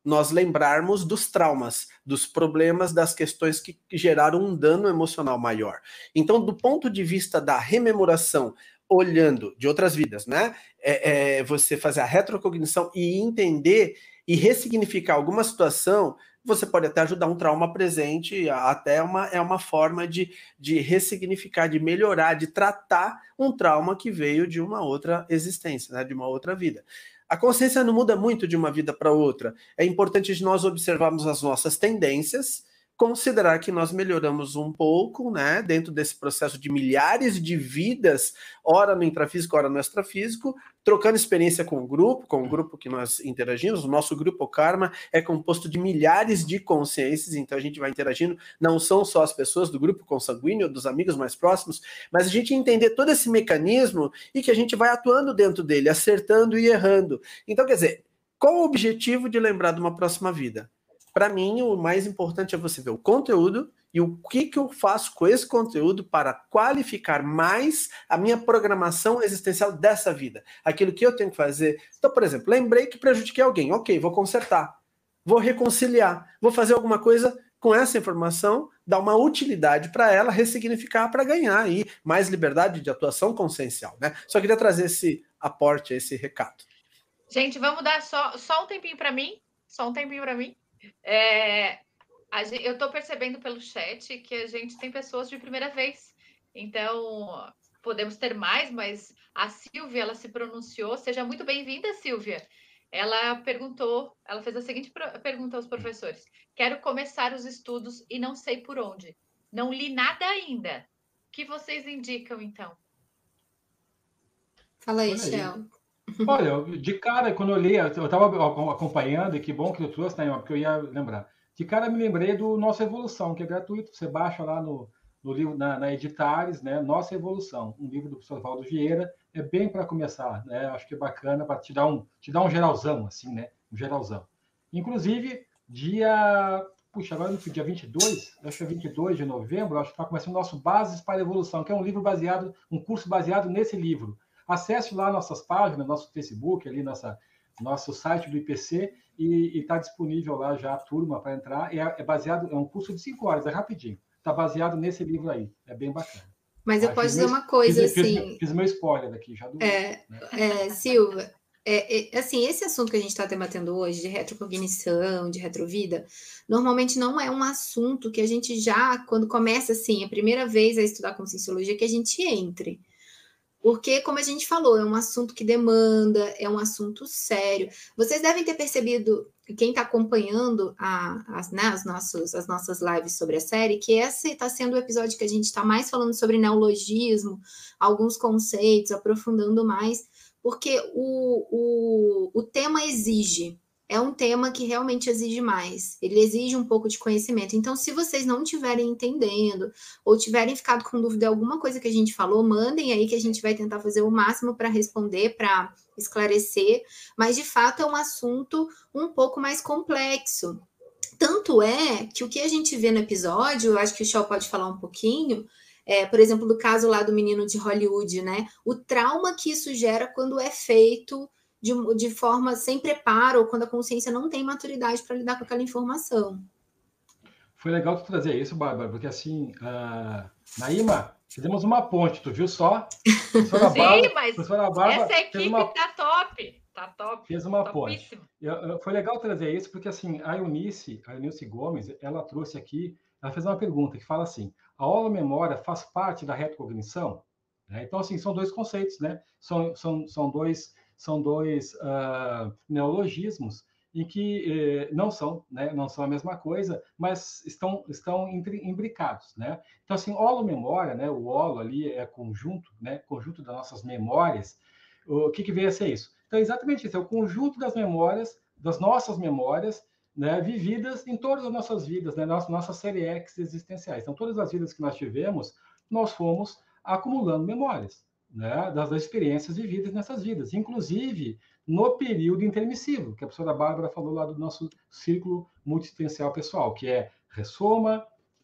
nós lembrarmos dos traumas, dos problemas, das questões que geraram um dano emocional maior. Então, do ponto de vista da rememoração, olhando de outras vidas, né? Você fazer a retrocognição e entender e ressignificar alguma situação, você pode até ajudar um trauma presente, até é uma forma de ressignificar, de melhorar, de tratar um trauma que veio de uma outra existência, né? De uma outra vida. A consciência não muda muito de uma vida para outra. É importante nós observarmos as nossas tendências, considerar que nós melhoramos um pouco, né, dentro desse processo de milhares de vidas, ora no intrafísico, ora no extrafísico, trocando experiência com o grupo que nós interagimos. O nosso grupo Karma é composto de milhares de consciências, então a gente vai interagindo, não são só as pessoas do grupo consanguíneo, dos amigos mais próximos, mas a gente entender todo esse mecanismo e que a gente vai atuando dentro dele, acertando e errando. Então, quer dizer, qual o objetivo de lembrar de uma próxima vida? Para mim, o mais importante é você ver o conteúdo e o que eu faço com esse conteúdo para qualificar mais a minha programação existencial dessa vida. Aquilo que eu tenho que fazer. Então, por exemplo, lembrei que prejudiquei alguém. Ok, vou consertar. Vou reconciliar. Vou fazer alguma coisa com essa informação, dar uma utilidade para ela, ressignificar para ganhar aí mais liberdade de atuação consciencial, né? Só queria trazer esse aporte, esse recado. Gente, vamos dar só um tempinho para mim. Só um tempinho para mim. Eu estou percebendo pelo chat que a gente tem pessoas de primeira vez. Então, podemos ter mais, mas a Silvia, ela se pronunciou. Seja muito bem-vinda, Silvia. Ela fez a seguinte pergunta aos professores. Quero começar os estudos e não sei por onde. Não li nada ainda. O que vocês indicam, então? Fala aí, Shell. Olha, de cara, quando eu li, eu estava acompanhando, e que bom que eu trouxe, né, porque eu ia lembrar. De cara, me lembrei do Nossa Evolução, que é gratuito. Você baixa lá no livro, na Editares, né? Nossa Evolução, um livro do professor Valdo Vieira. É bem para começar, né? Acho que é bacana para te dar um geralzão, assim, né? Um geralzão. Inclusive, agora no dia 22, acho que é 22 de novembro, acho que está começando o nosso Bases para a Evolução, que é um curso baseado nesse livro. Acesse lá nossas páginas, nosso Facebook, ali nosso site do IPC, e está disponível lá já a turma para entrar. É um curso de 5 horas, é rapidinho. Está baseado nesse livro aí, é bem bacana. Mas eu posso dizer uma coisa assim... Fiz meu spoiler aqui, já do... né? Silva, assim, esse assunto que a gente está debatendo hoje, de retrocognição, de retrovida, normalmente não é um assunto que a gente já, quando começa assim, a primeira vez a estudar conscienciologia, que a gente entre. Porque, como a gente falou, é um assunto que demanda, é um assunto sério. Vocês devem ter percebido, quem está acompanhando as nossas lives sobre a série, que esse está sendo o episódio que a gente está mais falando sobre neologismo, alguns conceitos, aprofundando mais, porque o tema exige. É um tema que realmente exige mais. Ele exige um pouco de conhecimento. Então, se vocês não estiverem entendendo ou tiverem ficado com dúvida de alguma coisa que a gente falou, mandem aí que a gente vai tentar fazer o máximo para responder, para esclarecer. Mas, de fato, é um assunto um pouco mais complexo. Tanto é que o que a gente vê no episódio, eu acho que o Shaw pode falar um pouquinho, por exemplo, do caso lá do menino de Hollywood, né? O trauma que isso gera quando é feito de forma sem preparo, ou quando a consciência não tem maturidade para lidar com aquela informação. Foi legal tu trazer isso, Bárbara, porque assim, Naíma, fizemos uma ponte, tu viu só? Sim, mas essa equipe tá top. Tá top. Fez uma ponte. Foi legal trazer isso, porque assim, a Eunice Gomes, ela trouxe aqui, ela fez uma pergunta que fala assim, a holomemória faz parte da retrocognição? Então, assim, são dois conceitos, né? São dois neologismos em que não são a mesma coisa, mas estão imbricados, né? Então, assim, holomemória, né? O holo ali é conjunto, né? Conjunto das nossas memórias. O que veio a ser isso? Então, exatamente isso, é o conjunto das memórias, das nossas memórias, né? Vividas em todas as nossas vidas, né? Nossas série X existenciais. Então, todas as vidas que nós tivemos, nós fomos acumulando memórias, né, das experiências vividas nessas vidas, inclusive no período intermissivo, que a professora Bárbara falou lá do nosso círculo multiexistencial pessoal, que é ressoma,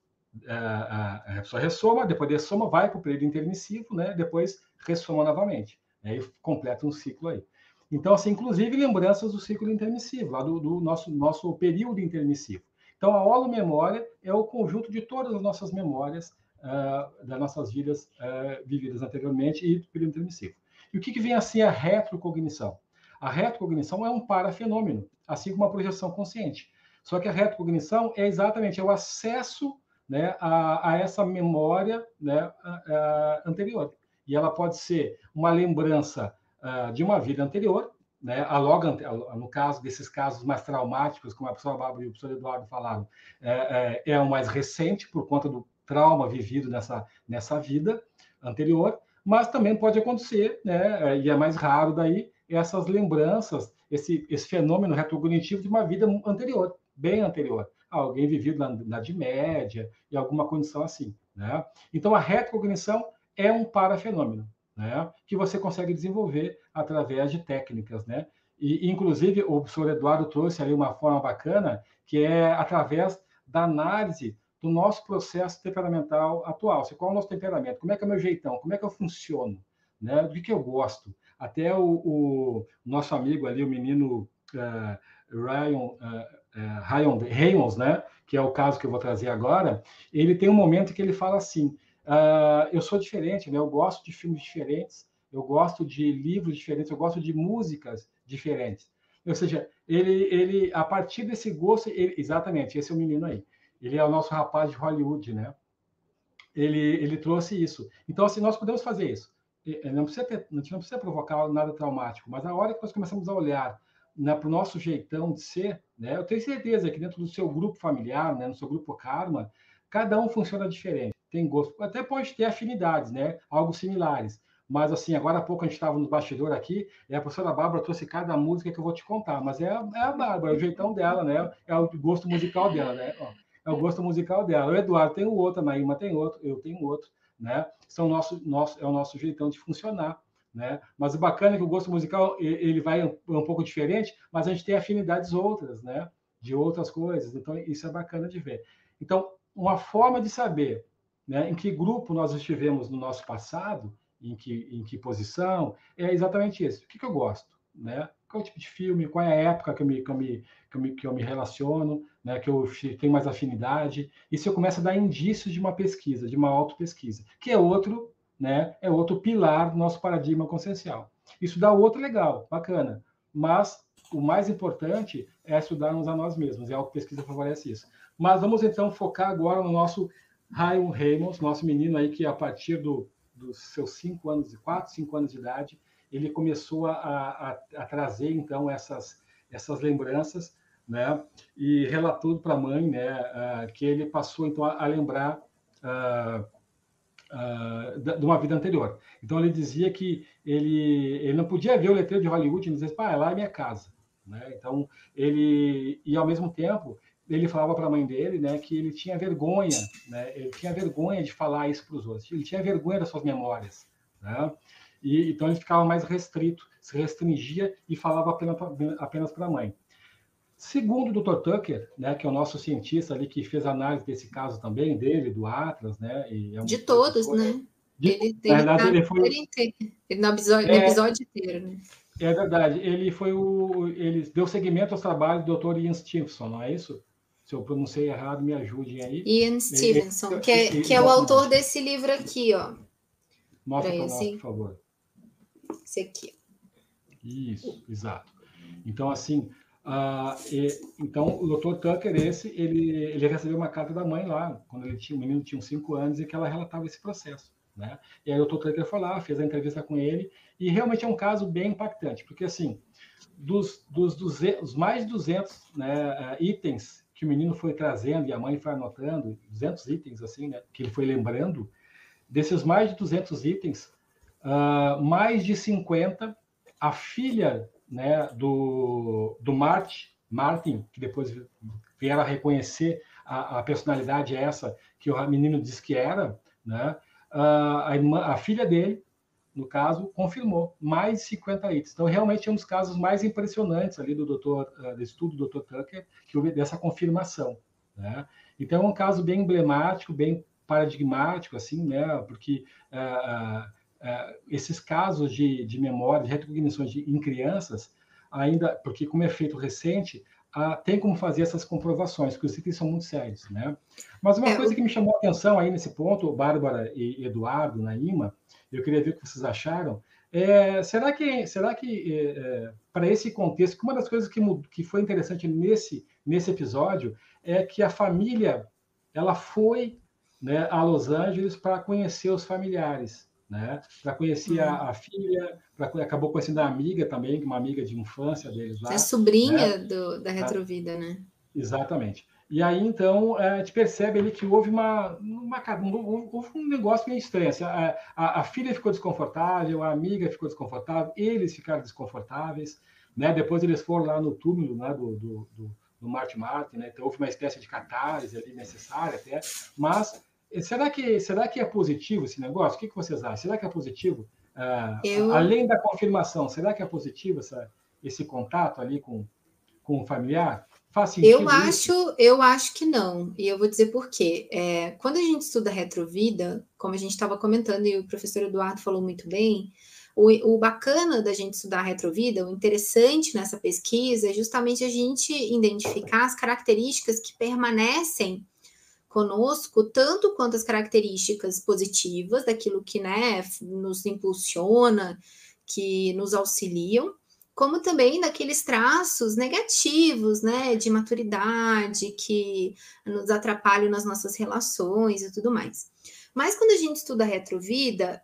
a pessoa ressoma, depois dessoma, vai para o período intermissivo, né, depois ressoma novamente, aí completa um ciclo aí. Então, assim, inclusive lembranças do ciclo intermissivo, lá do nosso período intermissivo. Então, a holomemória é o conjunto de todas as nossas memórias das nossas vidas vividas anteriormente e do período intermissivo. E o que vem a ser a retrocognição? A retrocognição é um parafenômeno, assim como a projeção consciente. Só que a retrocognição é exatamente o acesso, né, a essa memória, né, anterior. E ela pode ser uma lembrança de uma vida anterior, né, no caso desses casos mais traumáticos, como a professora Bárbara e o professor Eduardo falaram, é o mais recente, por conta do trauma vivido nessa vida anterior, mas também pode acontecer, né, e é mais raro daí, essas lembranças, esse fenômeno retrocognitivo de uma vida anterior, bem anterior, alguém vivido na Idade Média, e alguma condição assim, né? Então, a retrocognição é um parafenômeno, né, que você consegue desenvolver através de técnicas, né? E, inclusive, o professor Eduardo trouxe ali uma forma bacana, que é através da análise do nosso processo temperamental atual. Qual é o nosso temperamento? Como é que é o meu jeitão? Como é que eu funciono? Né? Do que eu gosto? Até o nosso amigo ali, o menino Ryan Reynolds, né? Que é o caso que eu vou trazer agora, ele tem um momento que ele fala assim, eu sou diferente, né? Eu gosto de filmes diferentes, eu gosto de livros diferentes, eu gosto de músicas diferentes. Ou seja, ele a partir desse gosto, exatamente, esse é o menino aí. Ele é o nosso rapaz de Hollywood, né? Ele trouxe isso. Então, assim, nós podemos fazer isso. A gente não precisa provocar nada traumático, mas na hora que nós começamos a olhar, né, para o nosso jeitão de ser, né, eu tenho certeza que dentro do seu grupo familiar, né, no seu grupo karma, cada um funciona diferente. Tem gosto, até pode ter afinidades, né, algo similares. Mas, assim, agora há pouco a gente estava no bastidor aqui, e a professora Bárbara trouxe cada música que eu vou te contar, mas é a Bárbara, é o jeitão dela, né, é o gosto musical dela, né, ó. É o gosto musical dela. O Eduardo tem o outro, a Naíma tem outro, eu tenho outro, né? É o nosso jeitão de funcionar, né? Mas o bacana é que o gosto musical ele vai um pouco diferente, mas a gente tem afinidades outras, né? De outras coisas. Então, isso é bacana de ver. Então, uma forma de saber, né, em que grupo nós estivemos no nosso passado, em que posição, é exatamente isso. O que eu gosto, né? Qual é o tipo de filme, qual é a época que eu me relaciono, né, que eu tenho mais afinidade. Isso eu começo a dar indícios de uma pesquisa, de uma autopesquisa, que é outro, né, é outro pilar do nosso paradigma consciencial. Isso dá outro legal, bacana, mas o mais importante é estudarmos a nós mesmos, e a autopesquisa favorece isso. Mas vamos então focar agora no nosso Ryan Reynolds, nosso menino aí que a partir dos seus 5 anos, 4, 5 anos de idade, ele começou a trazer, então, essas lembranças, né? E relatou para a mãe, né, que ele passou, então, a lembrar de uma vida anterior. Então, ele dizia que ele não podia ver o letreiro de Hollywood e dizer, lá é minha casa. Né? Então, e ao mesmo tempo, ele falava para a mãe dele, né, que ele tinha vergonha, né? Ele tinha vergonha de falar isso para os outros, ele tinha vergonha das suas memórias, né? E então ele ficava mais restrito, se restringia e falava apenas para a mãe. Segundo o Dr. Tucker, né, que é o nosso cientista ali que fez análise desse caso também, dele, do Atlas, né? De todos, né? Na verdade, ele foi... no episódio inteiro, né? É verdade, ele deu seguimento aos trabalhos do Dr. Ian Stevenson, não é isso? Se eu pronunciei errado, me ajudem aí. Ian Stevenson, que é o autor desse livro aqui, ó. Mostra para nós, por favor. Esse aqui. Isso, exato. Então, assim, então o Dr. Tucker, ele recebeu uma carta da mãe lá, quando o menino tinha uns 5 anos, e que ela relatava esse processo. Né? E aí o Dr. Tucker foi lá, fez a entrevista com ele, e realmente é um caso bem impactante, porque, assim, dos mais de 200, né, itens que o menino foi trazendo e a mãe foi anotando, 200 itens, assim, né, que ele foi lembrando, desses mais de 200 itens, mais de 50, a filha, né, do Martin, que depois vieram a reconhecer a personalidade essa que o menino disse que era, né, a filha dele, no caso, confirmou mais de 50 itens. Então, realmente é um dos casos mais impressionantes ali do estudo do Dr. Tucker, que houve dessa confirmação. Né? Então, é um caso bem emblemático, bem paradigmático, assim, né? Porque esses casos de memória, de retrocognições em crianças, ainda, porque como é feito recente, tem como fazer essas comprovações, porque os itens são muito sérios, né? Mas uma coisa que me chamou a atenção aí nesse ponto, Bárbara e Eduardo, Naíma, eu queria ver o que vocês acharam, será que para esse contexto, uma das coisas que foi interessante nesse episódio é que a família, ela foi, né, a Los Angeles para conhecer os familiares, né? Para conhecer a filha, acabou conhecendo a amiga também, uma amiga de infância deles lá. A sobrinha, né? da Retrovida, né? Exatamente. E aí, então, a gente percebe ali que houve houve um negócio meio estranho. Assim, a filha ficou desconfortável, a amiga ficou desconfortável, eles ficaram desconfortáveis, né? Depois eles foram lá no túmulo, né, do Marty Martin, né? Então houve uma espécie de catarse ali necessária até. Mas será que é positivo esse negócio? O que vocês acham? Será que é positivo? Além da confirmação, será que é positivo esse contato ali com o familiar? Faz sentido eu acho que não, e eu vou dizer por quê. Quando a gente estuda retrovida, como a gente estava comentando e o professor Eduardo falou muito bem, o bacana da gente estudar a retrovida, o interessante nessa pesquisa é justamente a gente identificar as características que permanecem conosco, tanto quanto as características positivas, daquilo que, né, nos impulsiona, que nos auxiliam, como também daqueles traços negativos, né, de maturidade, que nos atrapalham nas nossas relações e tudo mais. Mas quando a gente estuda a retrovida,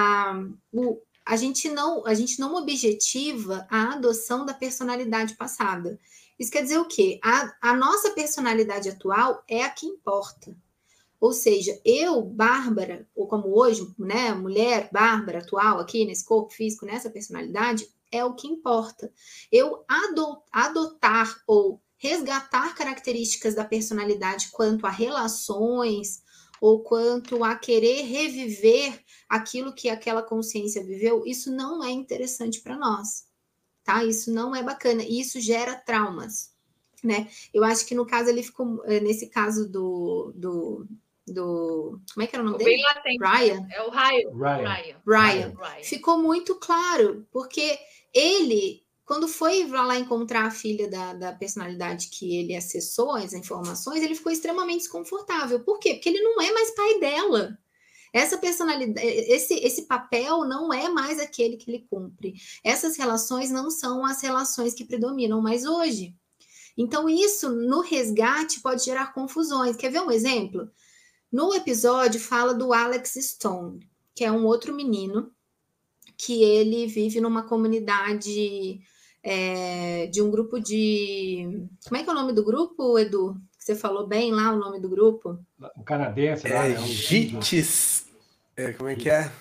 a gente não objetiva a adoção da personalidade passada. Isso quer dizer o quê? A nossa personalidade atual é a que importa. Ou seja, eu, Bárbara, ou como hoje, né, mulher, Bárbara, atual, aqui nesse corpo físico, nessa personalidade, é o que importa. Eu adotar ou resgatar características da personalidade quanto a relações ou quanto a querer reviver aquilo que aquela consciência viveu, isso não é interessante para nós, tá? Isso não é bacana e isso gera traumas, né? Eu acho que no caso ele ficou, nesse caso do como é que era o nome dele? Bem latente. Ryan. É o Ryan. Ficou muito claro, porque ele, quando foi lá encontrar a filha da personalidade que ele acessou as informações, ele ficou extremamente desconfortável. Por quê? Porque ele não é mais pai dela. Essa personalidade, esse papel não é mais aquele que ele cumpre. Essas relações não são as relações que predominam mais hoje. Então, isso no resgate pode gerar confusões. Quer ver um exemplo? No episódio fala do Alex Stone, que é um outro menino que ele vive numa comunidade de um grupo de... Como é que é o nome do grupo, Edu? Você falou bem lá o nome do grupo? O canadense lá, né? Jitsi. Como é que é?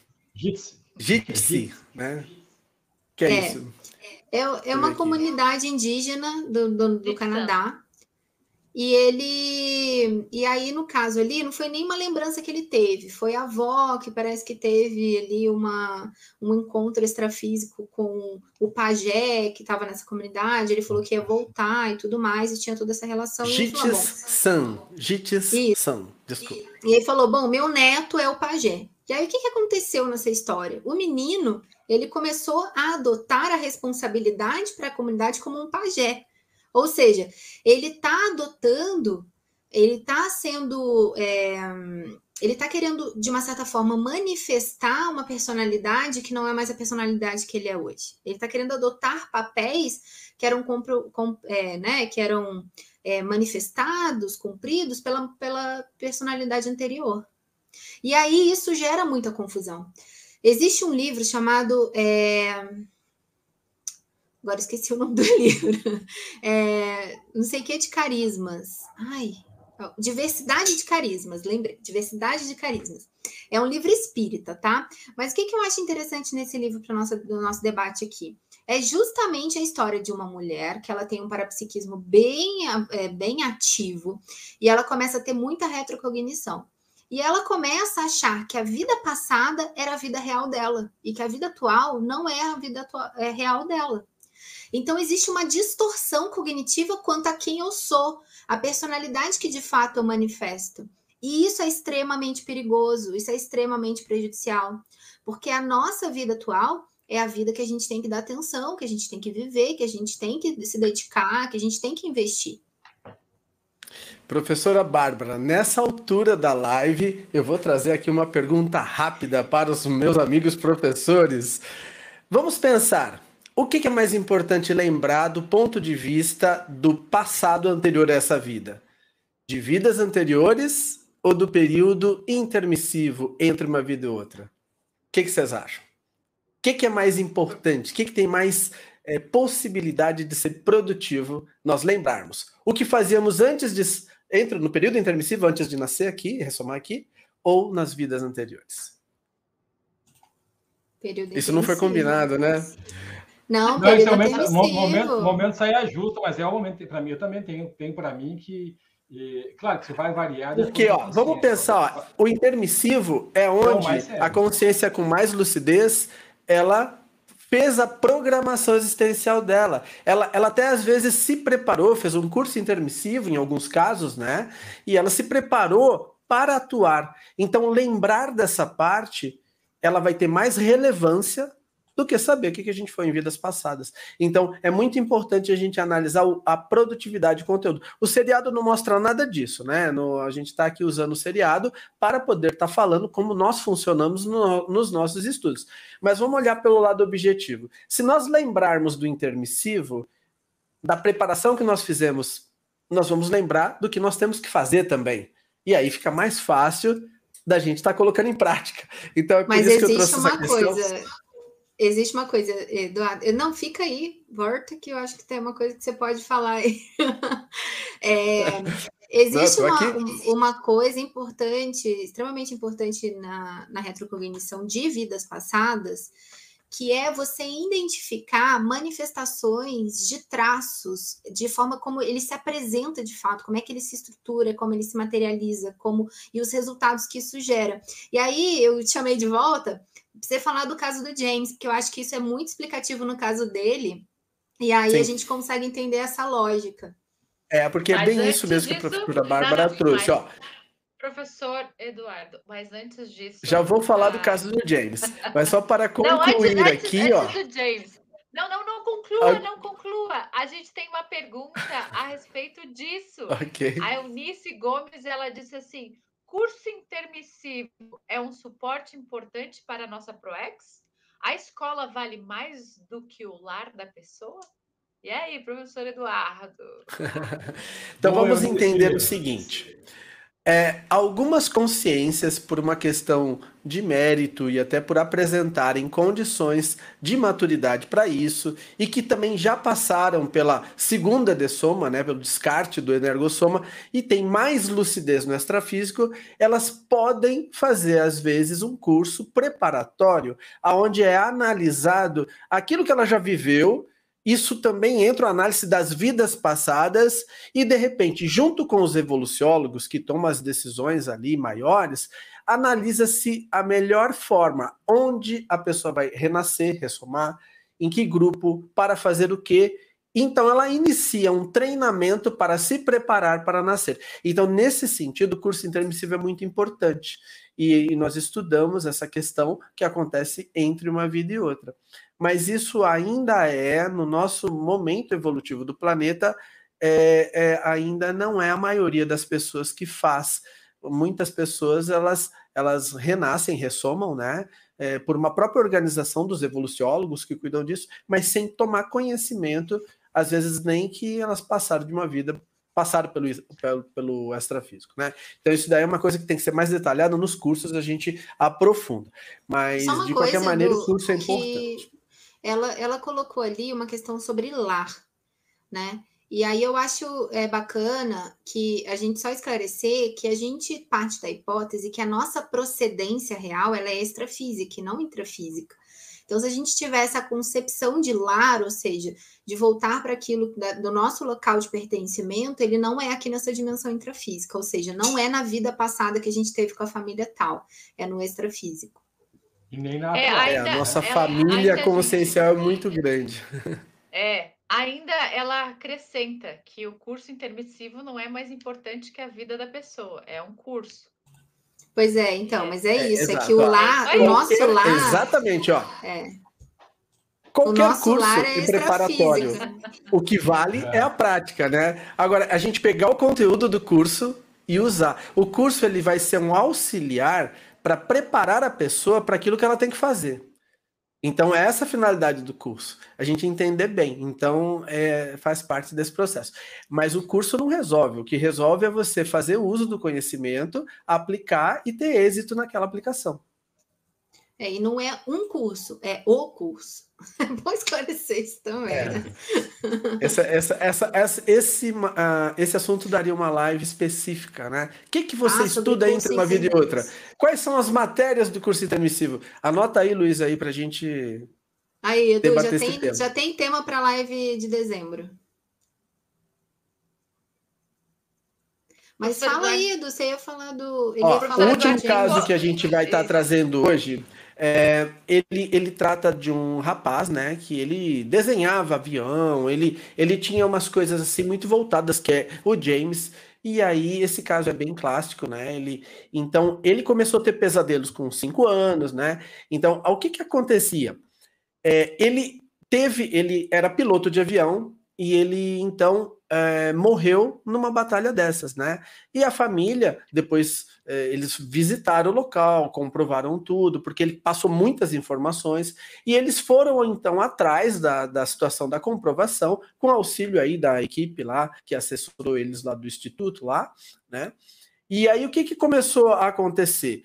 Jitsi, né? Que é isso? É uma comunidade indígena do Canadá. E aí, no caso ali, não foi nenhuma lembrança que ele teve, foi a avó que parece que teve ali um encontro extrafísico com o pajé que estava nessa comunidade, ele falou que ia voltar e tudo mais, e tinha toda essa relação. Jitsi-san, desculpa. E ele falou, bom, meu neto é o pajé. E aí, o que aconteceu nessa história? O menino, ele começou a adotar a responsabilidade para a comunidade como um pajé. Ou seja, ele está adotando, ele está sendo, ele está querendo, de uma certa forma, manifestar uma personalidade que não é mais a personalidade que ele é hoje. Ele está querendo adotar papéis que eram, que eram manifestados, cumpridos pela personalidade anterior. E aí isso gera muita confusão. Existe um livro chamado... Agora esqueci o nome do livro. Não sei o que de carismas. Diversidade de carismas. Lembrei. Diversidade de carismas. É um livro espírita, tá? Mas o que eu acho interessante nesse livro para o nosso debate aqui? É justamente a história de uma mulher que ela tem um parapsiquismo bem ativo e ela começa a ter muita retrocognição. E ela começa a achar que a vida passada era a vida real dela e que a vida atual não é a vida real dela. Então, existe uma distorção cognitiva quanto a quem eu sou, a personalidade que de fato eu manifesto. E isso é extremamente perigoso, isso é extremamente prejudicial, porque a nossa vida atual é a vida que a gente tem que dar atenção, que a gente tem que viver, que a gente tem que se dedicar, que a gente tem que investir. Professora Bárbara, nessa altura da live, eu vou trazer aqui uma pergunta rápida para os meus amigos professores. Vamos pensar, o que é mais importante lembrar do ponto de vista do passado anterior a essa vida? De vidas anteriores ou do período intermissivo entre uma vida e outra? O que vocês acham? O que é mais importante? O que tem mais possibilidade de ser produtivo nós lembrarmos? O que fazíamos antes no período intermissivo, antes de nascer aqui, ressomar aqui, ou nas vidas anteriores? Período Isso não foi combinado, né? Não, Não, esse período é o intermissivo. momento saia justo, mas é o momento, para mim, eu também tenho para mim que, claro que você vai variar. Porque, vamos pensar, o intermissivo é onde a consciência com mais lucidez, ela fez a programação existencial dela. Ela até às vezes se preparou, fez um curso intermissivo, em alguns casos, né? E ela se preparou para atuar. Então, lembrar dessa parte, ela vai ter mais relevância do que saber o que a gente foi em vidas passadas. Então, é muito importante a gente analisar a produtividade de conteúdo. O seriado não mostra nada disso, né? A gente está aqui usando o seriado para poder estar falando como nós funcionamos nos nossos estudos. Mas vamos olhar pelo lado objetivo. Se nós lembrarmos do intermissivo, da preparação que nós fizemos, nós vamos lembrar do que nós temos que fazer também. E aí fica mais fácil da gente estar colocando em prática. Então, é por isso que eu trouxe essa questão. Existe uma coisa, Eduardo, não fica aí, volta que eu acho que tem uma coisa que você pode falar aí. Existe uma coisa importante, extremamente importante na retrocognição de vidas passadas, que é você identificar manifestações de traços, de forma como ele se apresenta de fato, como é que ele se estrutura, como ele se materializa, e os resultados que isso gera. E aí eu te chamei de volta para você falar do caso do James, porque eu acho que isso é muito explicativo no caso dele, e aí Sim. a gente consegue entender essa lógica. Porque é bem isso mesmo que a professora Bárbara trouxe. Professor Eduardo, mas antes disso... Já vou falar do caso do James, mas só para concluir antes aqui, do James. Não conclua. A gente tem uma pergunta a respeito disso. Okay. A Eunice Gomes, ela disse assim, curso intermissivo é um suporte importante para a nossa ProEx? A escola vale mais do que o lar da pessoa? E aí, professor Eduardo? Então vamos entender o seguinte. Algumas consciências, por uma questão de mérito e até por apresentarem condições de maturidade para isso, e que também já passaram pela segunda dessoma, né, pelo descarte do energossoma, e tem mais lucidez no extrafísico, elas podem fazer, às vezes, um curso preparatório, onde é analisado aquilo que ela já viveu. Isso também entra a análise das vidas passadas e, de repente, junto com os evoluciólogos que tomam as decisões ali maiores, analisa-se a melhor forma, onde a pessoa vai renascer, ressomar, em que grupo, para fazer o quê. Então, ela inicia um treinamento para se preparar para nascer. Então, nesse sentido, o curso intermissivo é muito importante. E nós estudamos essa questão que acontece entre uma vida e outra. Mas isso ainda no nosso momento evolutivo do planeta, ainda não é a maioria das pessoas que faz. Muitas pessoas, elas renascem, ressomam, né? Por uma própria organização dos evoluciólogos que cuidam disso, mas sem tomar conhecimento, às vezes nem que elas passaram de uma vida, passaram pelo extrafísico, né? Então isso daí é uma coisa que tem que ser mais detalhada nos cursos, a gente aprofunda. Mas, de qualquer maneira, o curso é importante. Ela colocou ali uma questão sobre lar, né? E aí eu acho bacana que a gente só esclarecer que a gente parte da hipótese que a nossa procedência real ela é extrafísica e não intrafísica. Então, se a gente tiver essa concepção de lar, ou seja, de voltar para aquilo do nosso local de pertencimento, ele não é aqui nessa dimensão intrafísica, ou seja, não é na vida passada que a gente teve com a família tal, é no extrafísico. E nem na a nossa família consciencial é muito grande. Ainda ela acrescenta que o curso intermissivo não é mais importante que a vida da pessoa, é um curso. Pois é, então, mas é isso, é exato, que o lar, o nosso lar... Exatamente, ó. O Qualquer nosso curso lar é preparatório, extrafísico. o que vale é a prática, né? Agora, a gente pegar o conteúdo do curso e usar. O curso ele vai ser um auxiliar para preparar a pessoa para aquilo que ela tem que fazer. Então, é essa a finalidade do curso, a gente entender bem. Então, faz parte desse processo. Mas o curso não resolve. O que resolve é você fazer uso do conhecimento, aplicar e ter êxito naquela aplicação. E não é um curso, é o curso. É bom esclarecer isso também, né? Esse assunto daria uma live específica, né? O que você estuda entre uma vida e outra? Quais são as matérias do curso intermissivo? Anota aí, Luiz, aí pra gente aí, Edu, debater esse tema. Já tem tema para a live de dezembro. Mas fala aí, Edu, você ia falar do... o último caso que a gente vai estar trazendo hoje... ele trata de um rapaz, né, que ele desenhava avião, ele tinha umas coisas assim muito voltadas, que é o James, e aí esse caso é bem clássico, né, então ele começou a ter pesadelos com 5 anos, né, então o que acontecia? Ele era piloto de avião, e ele então morreu numa batalha dessas, né? E a família, depois eles visitaram o local, comprovaram tudo, porque ele passou muitas informações, e eles foram então atrás da situação da comprovação, com auxílio aí da equipe lá, que assessorou eles lá do instituto lá, né? E aí o que começou a acontecer?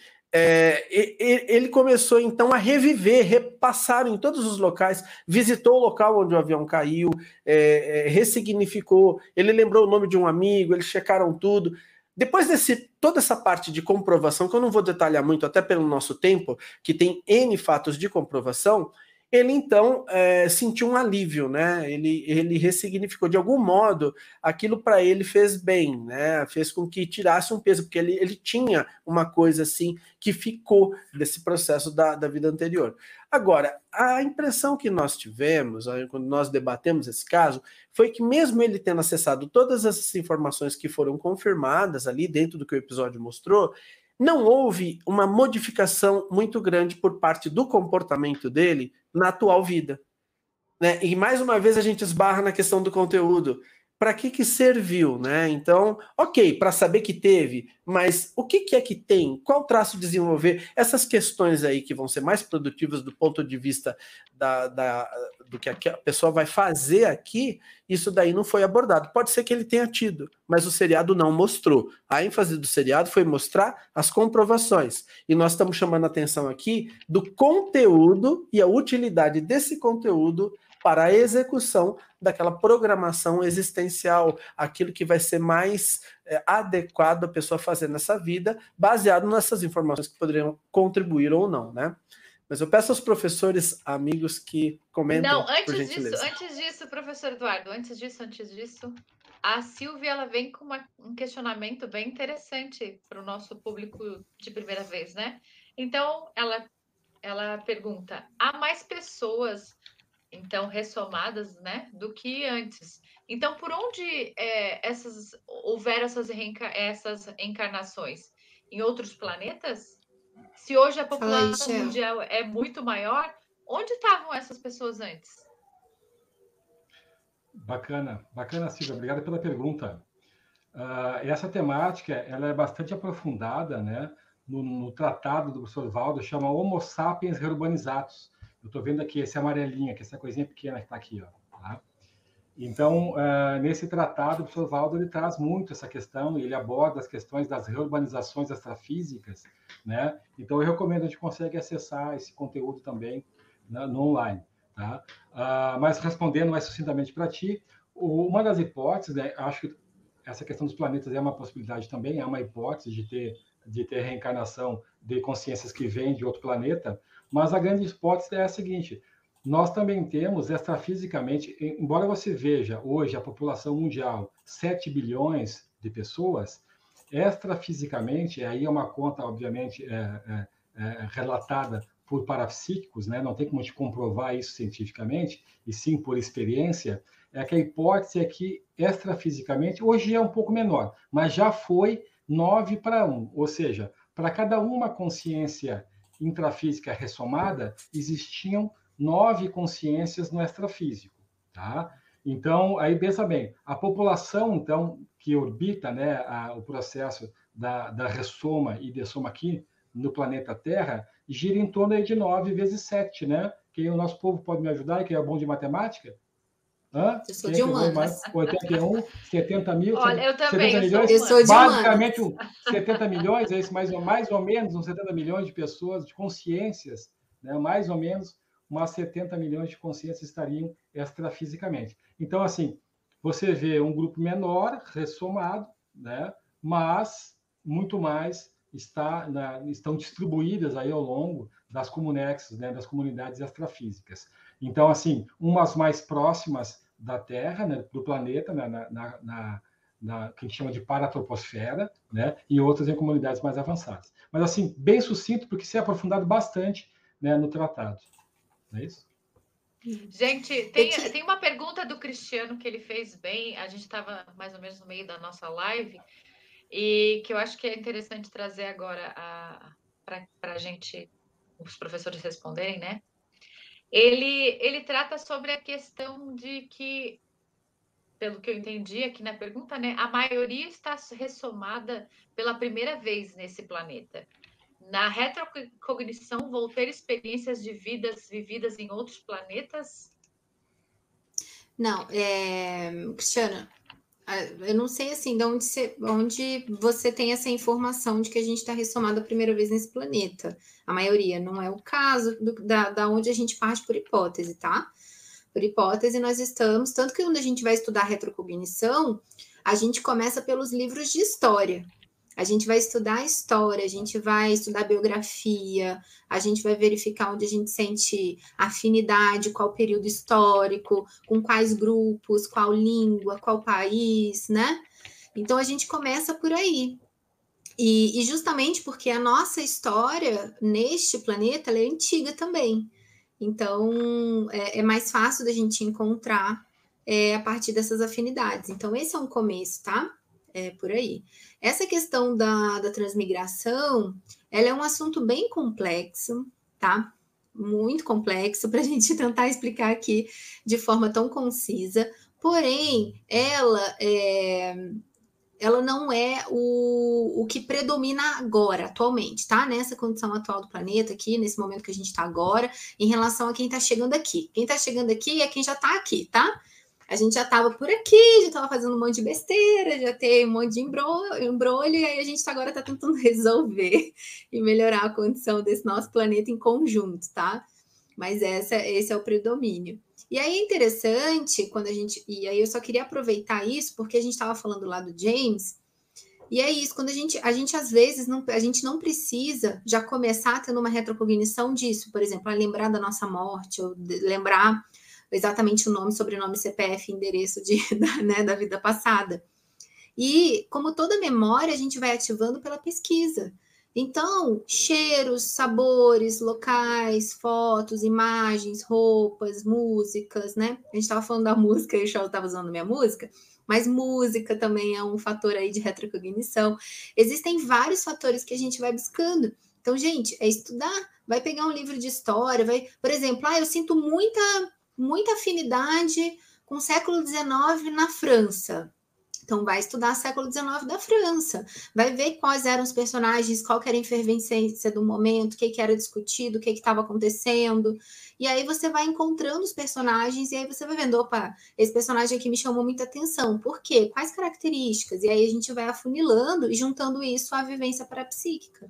Ele começou então a repassaram em todos os locais, visitou o local onde o avião caiu, ressignificou, ele lembrou o nome de um amigo, eles checaram tudo. Depois toda essa parte de comprovação, que eu não vou detalhar muito, até pelo nosso tempo, que tem N fatos de comprovação, ele então sentiu um alívio, né? Ele ressignificou de algum modo, aquilo para ele fez bem, né? Fez com que tirasse um peso, porque ele tinha uma coisa assim que ficou desse processo da vida anterior. Agora, a impressão que nós tivemos, quando nós debatemos esse caso, foi que mesmo ele tendo acessado todas essas informações que foram confirmadas ali dentro do que o episódio mostrou, não houve uma modificação muito grande por parte do comportamento dele na atual vida, né? E mais uma vez a gente esbarra na questão do conteúdo. Para que serviu, né? Então, ok, para saber que teve, mas o que é que tem? Qual traço desenvolver? Essas questões aí que vão ser mais produtivas do ponto de vista do que a pessoa vai fazer aqui, isso daí não foi abordado. Pode ser que ele tenha tido, mas o seriado não mostrou. A ênfase do seriado foi mostrar as comprovações. E nós estamos chamando a atenção aqui do conteúdo e a utilidade desse conteúdo para a execução daquela programação existencial, aquilo que vai ser mais adequado a pessoa fazer nessa vida, baseado nessas informações que poderiam contribuir ou não, né? Mas eu peço aos professores, amigos, que comentem, por gentileza. Antes disso, professor Eduardo, antes disso, a Silvia, ela vem com um questionamento bem interessante para o nosso público de primeira vez, né? Então, ela pergunta, há mais pessoas então ressomadas, né, do que antes. Então, por onde houveram essas encarnações? Em outros planetas? Se hoje a população mundial é muito maior, onde estavam essas pessoas antes? Bacana, Silvia, obrigada pela pergunta. Essa temática ela é bastante aprofundada, né, no tratado do professor Valdo, chama Homo sapiens reurbanizatus. Eu estou vendo aqui esse amarelinho, que essa coisinha pequena que está aqui, ó. Tá? Então, nesse tratado, o professor Valdo ele traz muito essa questão, ele aborda as questões das reurbanizações extrafísicas, né? Então, eu recomendo, a gente consegue acessar esse conteúdo também, né, no online. Tá? Mas respondendo mais sucintamente para ti, uma das hipóteses, né, acho que essa questão dos planetas é uma possibilidade também, é uma hipótese de ter reencarnação de consciências que vêm de outro planeta, mas a grande hipótese é a seguinte: nós também temos extrafisicamente, embora você veja hoje a população mundial 7 bilhões de pessoas, extrafisicamente, aí é uma conta, obviamente, relatada por parapsíquicos, né? Não tem como a gente comprovar isso cientificamente, e sim por experiência, é que a hipótese é que extrafisicamente, hoje é um pouco menor, mas já foi 9 para 1, ou seja, para cada uma consciência intrafísica ressomada, existiam 9 consciências no extrafísico, tá? Então, aí pensa bem, a população, então, que orbita, né, o processo da ressoma e dessoma aqui no planeta Terra, gira em torno aí de 9 vezes 7, né? Quem o nosso povo pode me ajudar, que é bom de matemática? Eu sou de humanas. 81, 70 mil, Olha, eu 70 também, milhões. Eu sou de basicamente, humanas. 70 milhões, é isso, mais ou menos, uns 70 milhões de pessoas, de consciências, né? Mais ou menos, umas 70 milhões de consciências estariam extrafisicamente. Então, assim, você vê um grupo menor, ressomado, né? Mas muito mais estão distribuídas aí ao longo das comunexes, né? Das comunidades extrafísicas. Então, assim, umas mais próximas da Terra, né? Do planeta, né? Que a gente chama de paratroposfera, né? E outras em comunidades mais avançadas. Mas, assim, bem sucinto, porque se é aprofundado bastante, né, no tratado. Não é isso? Gente, tem uma pergunta do Cristiano que ele fez bem. A gente estava mais ou menos no meio da nossa live e que eu acho que é interessante trazer agora para a gente, os professores responderem, né? Ele trata sobre a questão de que, pelo que eu entendi aqui na pergunta, né, a maioria está ressomada pela primeira vez nesse planeta. Na retrocognição, vou ter experiências de vidas vividas em outros planetas? Não, Cristiana, eu não sei assim de onde você tem essa informação de que a gente está ressomado a primeira vez nesse planeta. A maioria não é o caso da onde a gente parte por hipótese, tá? Por hipótese, nós estamos. Tanto que quando a gente vai estudar retrocognição, a gente começa pelos livros de história. A gente vai estudar a história, a gente vai estudar a biografia, a gente vai verificar onde a gente sente afinidade, qual período histórico, com quais grupos, qual língua, qual país, né? Então, a gente começa por aí. E justamente porque a nossa história neste planeta ela é antiga também. Então, é mais fácil da gente encontrar a partir dessas afinidades. Então, esse é um começo, tá? É por aí. Essa questão da transmigração, ela é um assunto bem complexo, tá? Muito complexo para a gente tentar explicar aqui de forma tão concisa. Porém, ela não é o que predomina agora, atualmente, tá? Nessa condição atual do planeta aqui, nesse momento que a gente está agora, em relação a quem está chegando aqui. Quem está chegando aqui é quem já está aqui, tá? A gente já estava por aqui, já estava fazendo um monte de besteira, já tem um monte de embrolho, e aí a gente agora está tentando resolver e melhorar a condição desse nosso planeta em conjunto, tá? Mas esse é o predomínio. E aí é interessante quando a gente... E aí eu só queria aproveitar isso, porque a gente estava falando lá do James, e é isso, quando a gente às vezes, a gente não precisa já começar tendo uma retrocognição disso, por exemplo, a lembrar da nossa morte, ou lembrar exatamente o nome, sobrenome, CPF, endereço da vida passada. E, como toda memória, a gente vai ativando pela pesquisa. Então, cheiros, sabores, locais, fotos, imagens, roupas, músicas, né? A gente estava falando da música e o Charles estava usando minha música, mas música também é um fator aí de retrocognição. Existem vários fatores que a gente vai buscando. Então, gente, é estudar. Vai pegar um livro de história, por exemplo, eu sinto muita afinidade com o século XIX na França. Então, vai estudar o século XIX da França, vai ver quais eram os personagens, qual que era a efervescência do momento, o que era discutido, o que estava acontecendo. E aí você vai encontrando os personagens e aí você vai vendo, opa, esse personagem aqui me chamou muita atenção. Por quê? Quais características? E aí a gente vai afunilando e juntando isso à vivência parapsíquica.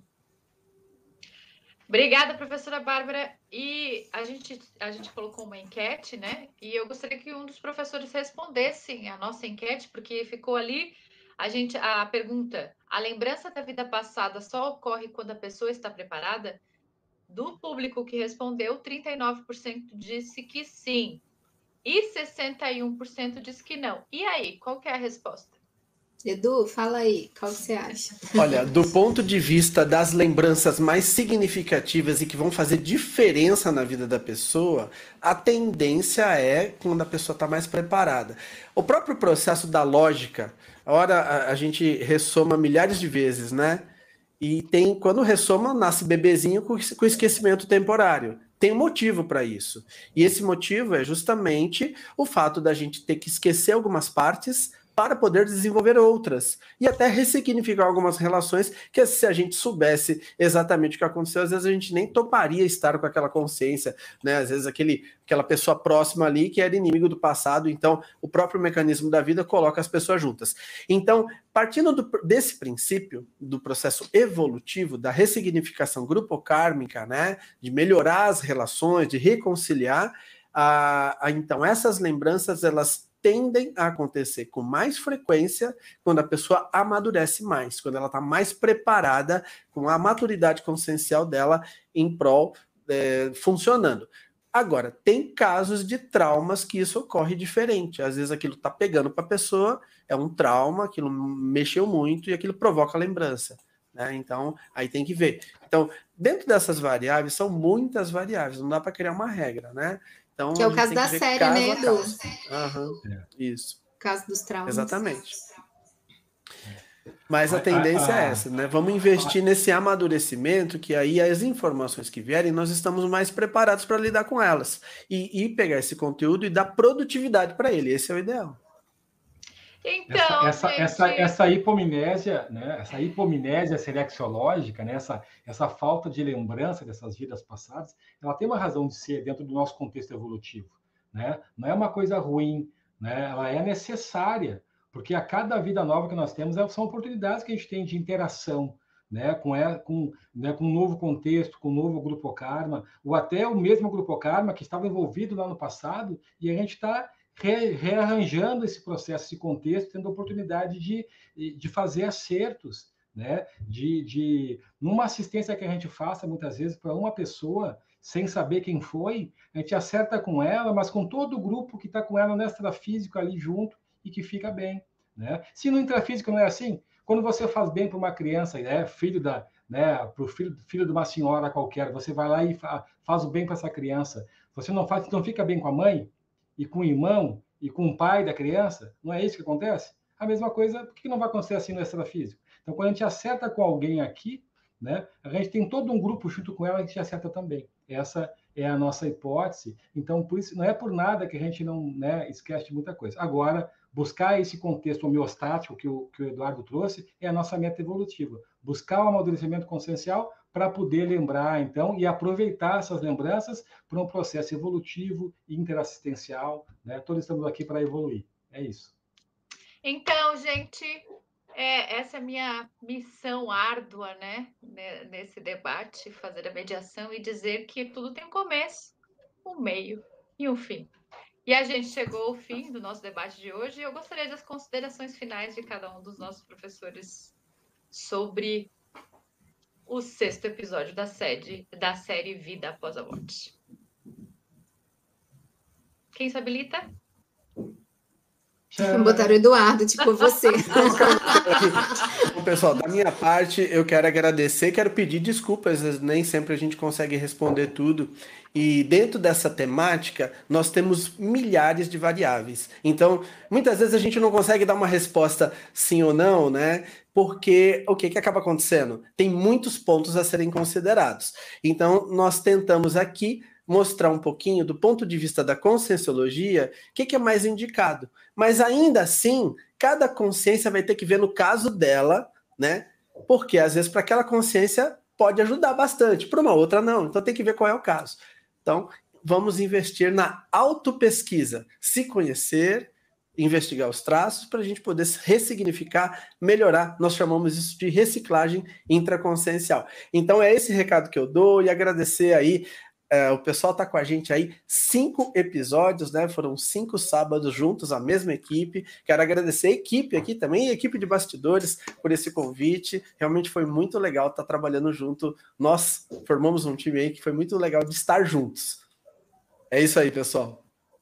Obrigada, professora Bárbara. E a gente colocou uma enquete, né? E eu gostaria que um dos professores respondesse a nossa enquete, porque ficou ali a pergunta: a lembrança da vida passada só ocorre quando a pessoa está preparada? Do público que respondeu, 39% disse que sim e 61% disse que não. E aí, qual que é a resposta? Edu, fala aí, qual que você acha? Olha, do ponto de vista das lembranças mais significativas e que vão fazer diferença na vida da pessoa, a tendência é quando a pessoa está mais preparada. O próprio processo da lógica, a gente ressoma milhares de vezes, né? E quando ressoma, nasce bebezinho com esquecimento temporário. Tem um motivo para isso. E esse motivo é justamente o fato da gente ter que esquecer algumas partes para poder desenvolver outras. E até ressignificar algumas relações que, se a gente soubesse exatamente o que aconteceu, às vezes a gente nem toparia estar com aquela consciência, né? Às vezes aquela pessoa próxima ali que era inimigo do passado. Então, o próprio mecanismo da vida coloca as pessoas juntas. Então, partindo desse princípio, do processo evolutivo, da ressignificação grupocármica, né? De melhorar as relações, de reconciliar, então essas lembranças, elas tendem a acontecer com mais frequência quando a pessoa amadurece mais, quando ela está mais preparada, com a maturidade consciencial dela em prol, funcionando. Agora, tem casos de traumas que isso ocorre diferente. Às vezes aquilo está pegando para a pessoa, é um trauma, aquilo mexeu muito e aquilo provoca lembrança. Né? Então, aí tem que ver. Então, dentro dessas variáveis, são muitas variáveis, não dá para criar uma regra, né? Então, que é o caso da série, né, Edu? Isso. O caso dos traumas. Exatamente. Mas a tendência é essa, né? Vamos investir nesse amadurecimento, que aí as informações que vierem, nós estamos mais preparados para lidar com elas. E pegar esse conteúdo e dar produtividade para ele. Esse é o ideal. Então, essa hipomnésia, né? Essa hipomnésia selexiológica, né? Essa falta de lembrança dessas vidas passadas, ela tem uma razão de ser dentro do nosso contexto evolutivo, né? Não é uma coisa ruim, né? Ela é necessária, porque a cada vida nova que nós temos são oportunidades que a gente tem de interação, né? Com um novo contexto, com um novo grupo karma, ou até o mesmo grupo karma que estava envolvido lá no passado, e a gente está rearranjando esse processo, esse contexto, tendo a oportunidade de fazer acertos, né? Numa assistência que a gente faça, muitas vezes, para uma pessoa, sem saber quem foi, a gente acerta com ela, mas com todo o grupo que está com ela no extrafísico ali junto e que fica bem, né? Se no intrafísico não é assim, quando você faz bem para uma criança, filho para o filho de uma senhora qualquer, você vai lá e faz o bem para essa criança, você não fica bem com a mãe, e com o irmão, e com o pai da criança, não é isso que acontece? A mesma coisa, por que não vai acontecer assim no extrafísico? Então, quando a gente acerta com alguém aqui, né, a gente tem todo um grupo junto com ela que a gente acerta também. Essa é a nossa hipótese. Então, por isso, não é por nada que a gente não, né, esquece de muita coisa. Agora, buscar esse contexto homeostático que o Eduardo trouxe é a nossa meta evolutiva. Buscar o amadurecimento consciencial para poder lembrar, então, e aproveitar essas lembranças para um processo evolutivo e interassistencial, né? Todos estamos aqui para evoluir. É isso. Então, gente, essa é a minha missão árdua, né? Nesse debate, fazer a mediação e dizer que tudo tem um começo, um meio e um fim. E a gente chegou ao fim do nosso debate de hoje e eu gostaria das considerações finais de cada um dos nossos professores sobre o 6º episódio da série Vida Após a Morte. Quem se habilita? Botaram o Eduardo, tipo você. Bom, pessoal, da minha parte, eu quero agradecer, quero pedir desculpas, nem sempre a gente consegue responder tudo. E dentro dessa temática, nós temos milhares de variáveis. Então, muitas vezes a gente não consegue dar uma resposta sim ou não, né? Porque o que acaba acontecendo? Tem muitos pontos a serem considerados. Então, nós tentamos aqui mostrar um pouquinho do ponto de vista da conscienciologia o que é mais indicado. Mas ainda assim, cada consciência vai ter que ver no caso dela, né? Porque às vezes para aquela consciência pode ajudar bastante, para uma outra não. Então tem que ver qual é o caso. Então, vamos investir na autopesquisa, se conhecer, investigar os traços para a gente poder ressignificar, melhorar. Nós chamamos isso de reciclagem intraconsciencial. Então é esse recado que eu dou e agradecer aí. O pessoal está com a gente aí 5 episódios, né? Foram 5 sábados juntos, a mesma equipe. Quero agradecer a equipe aqui também, a equipe de bastidores, por esse convite. Realmente foi muito legal estar trabalhando junto. Nós formamos um time aí que foi muito legal de estar juntos. É isso aí, pessoal.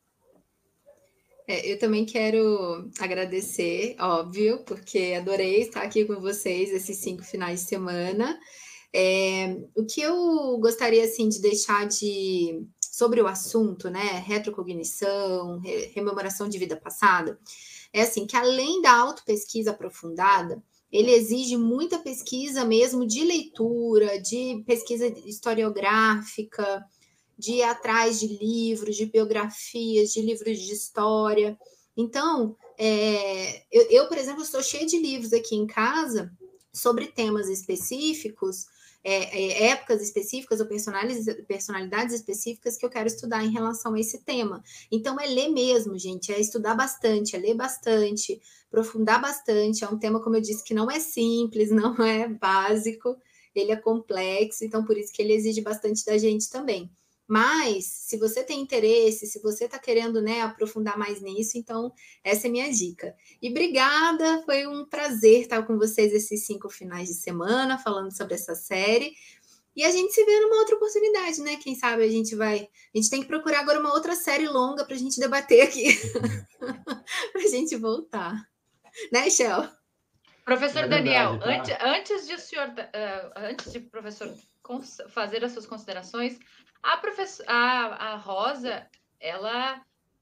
Eu também quero agradecer, óbvio, porque adorei estar aqui com vocês esses 5 finais de semana. O que eu gostaria assim, de deixar sobre o assunto, né? Retrocognição, rememoração de vida passada, é assim, que além da autopesquisa aprofundada, ele exige muita pesquisa mesmo de leitura, de pesquisa historiográfica, de ir atrás de livros, de biografias, de livros de história. Então, eu, por exemplo, estou cheia de livros aqui em casa sobre temas específicos, épocas específicas ou personalidades específicas que eu quero estudar em relação a esse tema. Então, é ler mesmo, gente, é estudar bastante, é ler bastante, aprofundar bastante. É um tema, como eu disse, que não é simples, não é básico, ele é complexo, então por isso que ele exige bastante da gente também. Mas, se você tem interesse, se você está querendo, né, aprofundar mais nisso, então essa é a minha dica. E obrigada, foi um prazer estar com vocês esses 5 finais de semana, falando sobre essa série. E a gente se vê numa outra oportunidade, né? Quem sabe a gente tem que procurar agora uma outra série longa para a gente debater aqui, para a gente voltar. Né, Shel? Professor Daniel, verdade, tá? antes de professor fazer as suas considerações, a Rosa, ela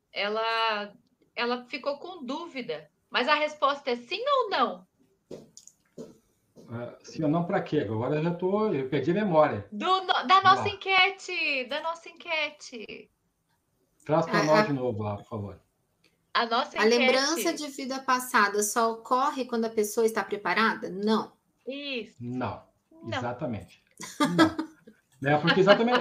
ficou com dúvida, mas a resposta é sim ou não? Sim ou não para quê? Agora eu perdi a memória. Da nossa enquete! Traz para nós de novo lá, por favor. A nossa enquete. A lembrança de vida passada só ocorre quando a pessoa está preparada? Não. Isso. Não. Exatamente. Não. Né? Porque exatamente.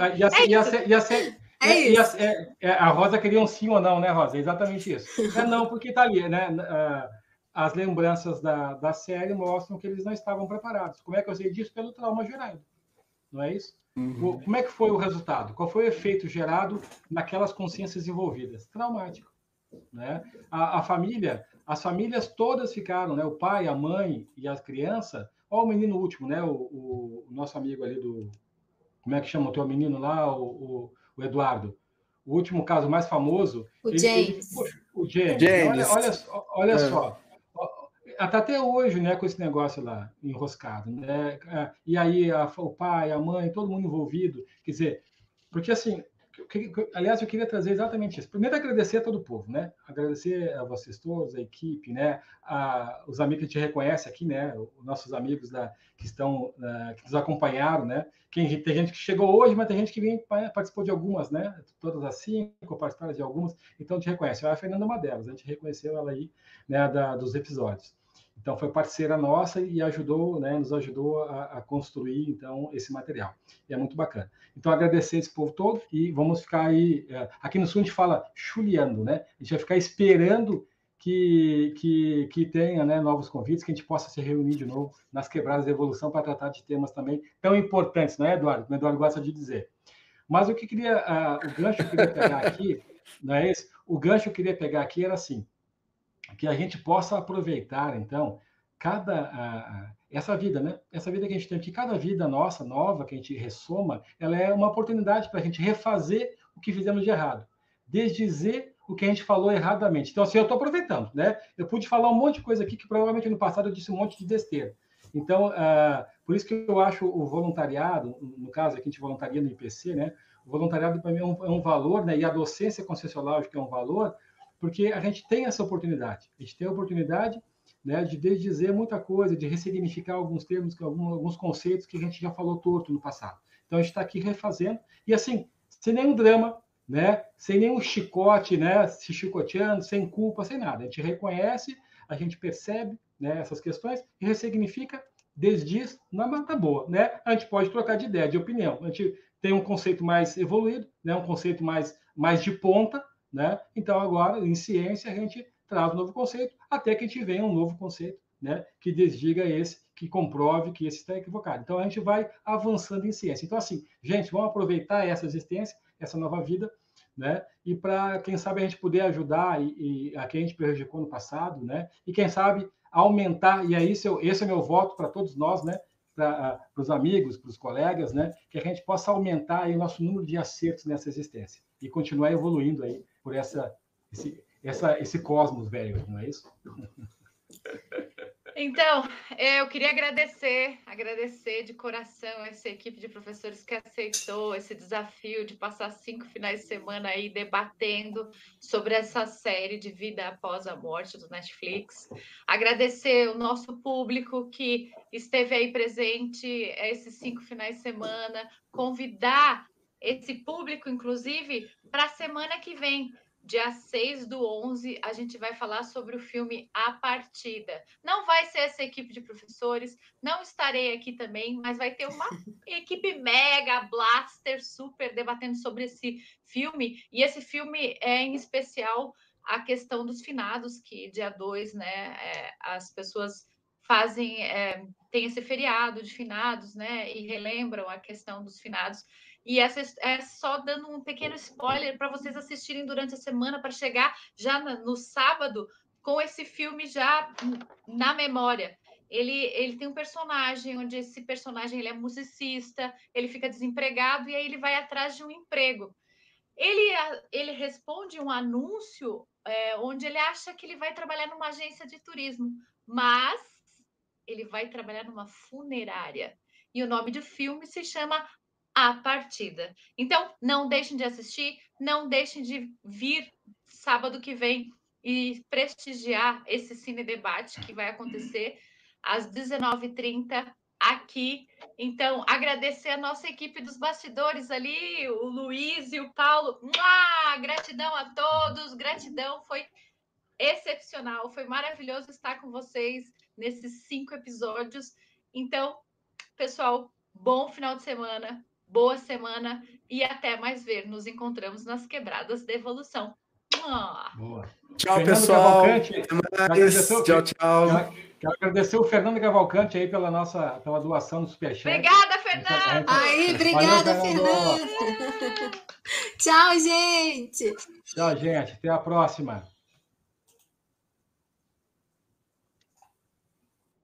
A Rosa queria um sim ou não, né, Rosa? É exatamente isso. Não, porque está ali, né? As lembranças da série mostram que eles não estavam preparados. Como é que eu sei disso? Pelo trauma gerado. Não é isso? Uhum. Como é que foi o resultado? Qual foi o efeito gerado naquelas consciências envolvidas? Traumático. Né? As famílias todas ficaram, né? O pai, a mãe e as crianças. Olha o menino último, né? O nosso amigo ali do... Como é que chama o teu menino lá? O Eduardo. O último caso mais famoso... O James. O James. Olha só. Até hoje, né, com esse negócio lá, enroscado, né? E aí o pai, a mãe, todo mundo envolvido. Quer dizer, porque assim... Aliás, eu queria trazer exatamente isso. Primeiro, agradecer a todo o povo, né? Agradecer a vocês todos, a equipe, né? Os amigos que a gente reconhece aqui, né? Os nossos amigos que nos acompanharam, né? Tem gente que chegou hoje, mas tem gente que participou de algumas, né? Todas as 5 participaram de algumas, então a gente reconhece. A Fernanda é uma delas, a gente reconheceu ela aí, né? Dos episódios. Então, foi parceira nossa e nos ajudou a construir, então, esse material. E é muito bacana. Então, agradecer esse povo todo e vamos ficar aí... Aqui no Sul a gente fala chuleando, né? A gente vai ficar esperando que tenha, né, novos convites, que a gente possa se reunir de novo nas quebradas da evolução para tratar de temas também tão importantes, não é, Eduardo? Como o Eduardo gosta de dizer. Mas o gancho que eu queria pegar aqui, não é esse? O gancho que eu queria pegar aqui era assim, que a gente possa aproveitar, então, essa vida, né? Essa vida que a gente tem aqui, cada vida nossa, nova, que a gente ressoma, ela é uma oportunidade para a gente refazer o que fizemos de errado. Desdizer o que a gente falou erradamente. Então, assim, eu estou aproveitando, né? Eu pude falar um monte de coisa aqui que provavelmente no passado eu disse um monte de besteira. Então, por isso que eu acho o voluntariado, no caso aqui a gente voluntaria no IPC, né? O voluntariado para mim é um valor, né? E a docência conscienciológica é um valor, porque a gente tem essa oportunidade. A gente tem a oportunidade, né, de desdizer muita coisa, de ressignificar alguns termos, alguns conceitos que a gente já falou torto no passado. Então, a gente está aqui refazendo, e assim, sem nenhum drama, né, sem nenhum chicote, né, se chicoteando, sem culpa, sem nada. A gente reconhece, a gente percebe, né, essas questões e ressignifica, desdiz, na tá boa. Né? A gente pode trocar de ideia, de opinião. A gente tem um conceito mais evoluído, né, um conceito mais de ponta, né? Então, agora, em ciência, a gente traz um novo conceito, até que a gente venha um novo conceito, né? Que desdiga esse, que comprove que esse está equivocado. Então, a gente vai avançando em ciência. Então, assim, gente, vamos aproveitar essa existência, essa nova vida, né? E para, quem sabe, a gente poder ajudar a quem a gente prejudicou no passado, né? E, quem sabe, aumentar, e aí esse é meu voto para todos nós, né? Para os amigos, para os colegas, né? Que a gente possa aumentar aí o nosso número de acertos nessa existência e continuar evoluindo aí por esse cosmos velho, não é isso? Então, eu queria agradecer de coração essa equipe de professores que aceitou esse desafio de passar 5 finais de semana aí debatendo sobre essa série de Vida Após a Morte do Netflix. Agradecer o nosso público que esteve aí presente esses 5 finais de semana, convidar esse público, inclusive, para a semana que vem. Dia 6/11, a gente vai falar sobre o filme A Partida. Não vai ser essa equipe de professores, não estarei aqui também, mas vai ter uma equipe mega, blaster, super debatendo sobre esse filme. E esse filme é, em especial, a questão dos finados, que dia 2, né, as pessoas fazem, tem esse feriado de finados, né, e relembram a questão dos finados. E essa é só dando um pequeno spoiler para vocês assistirem durante a semana, para chegar já no sábado com esse filme já na memória. Ele tem um personagem, onde esse personagem ele é musicista, ele fica desempregado e aí ele vai atrás de um emprego. Ele responde um anúncio onde ele acha que ele vai trabalhar numa agência de turismo, mas ele vai trabalhar numa funerária. E o nome do filme se chama A Partida. Então, não deixem de assistir, não deixem de vir sábado que vem e prestigiar esse Cine Debate que vai acontecer às 19h30 aqui. Então, agradecer a nossa equipe dos bastidores ali, o Luiz e o Paulo. Gratidão a todos, gratidão, foi excepcional, foi maravilhoso estar com vocês nesses 5 episódios. Então, pessoal, bom final de semana, boa semana e até mais ver. Nos encontramos nas quebradas da evolução. Boa. Tchau, Fernando pessoal. Tchau, tchau. Quero agradecer o Fernando Cavalcante aí pela doação do Superchat. Obrigada, Fernando! Aí, obrigada, Fernando! Tchau, gente! Tchau, gente. Até a próxima.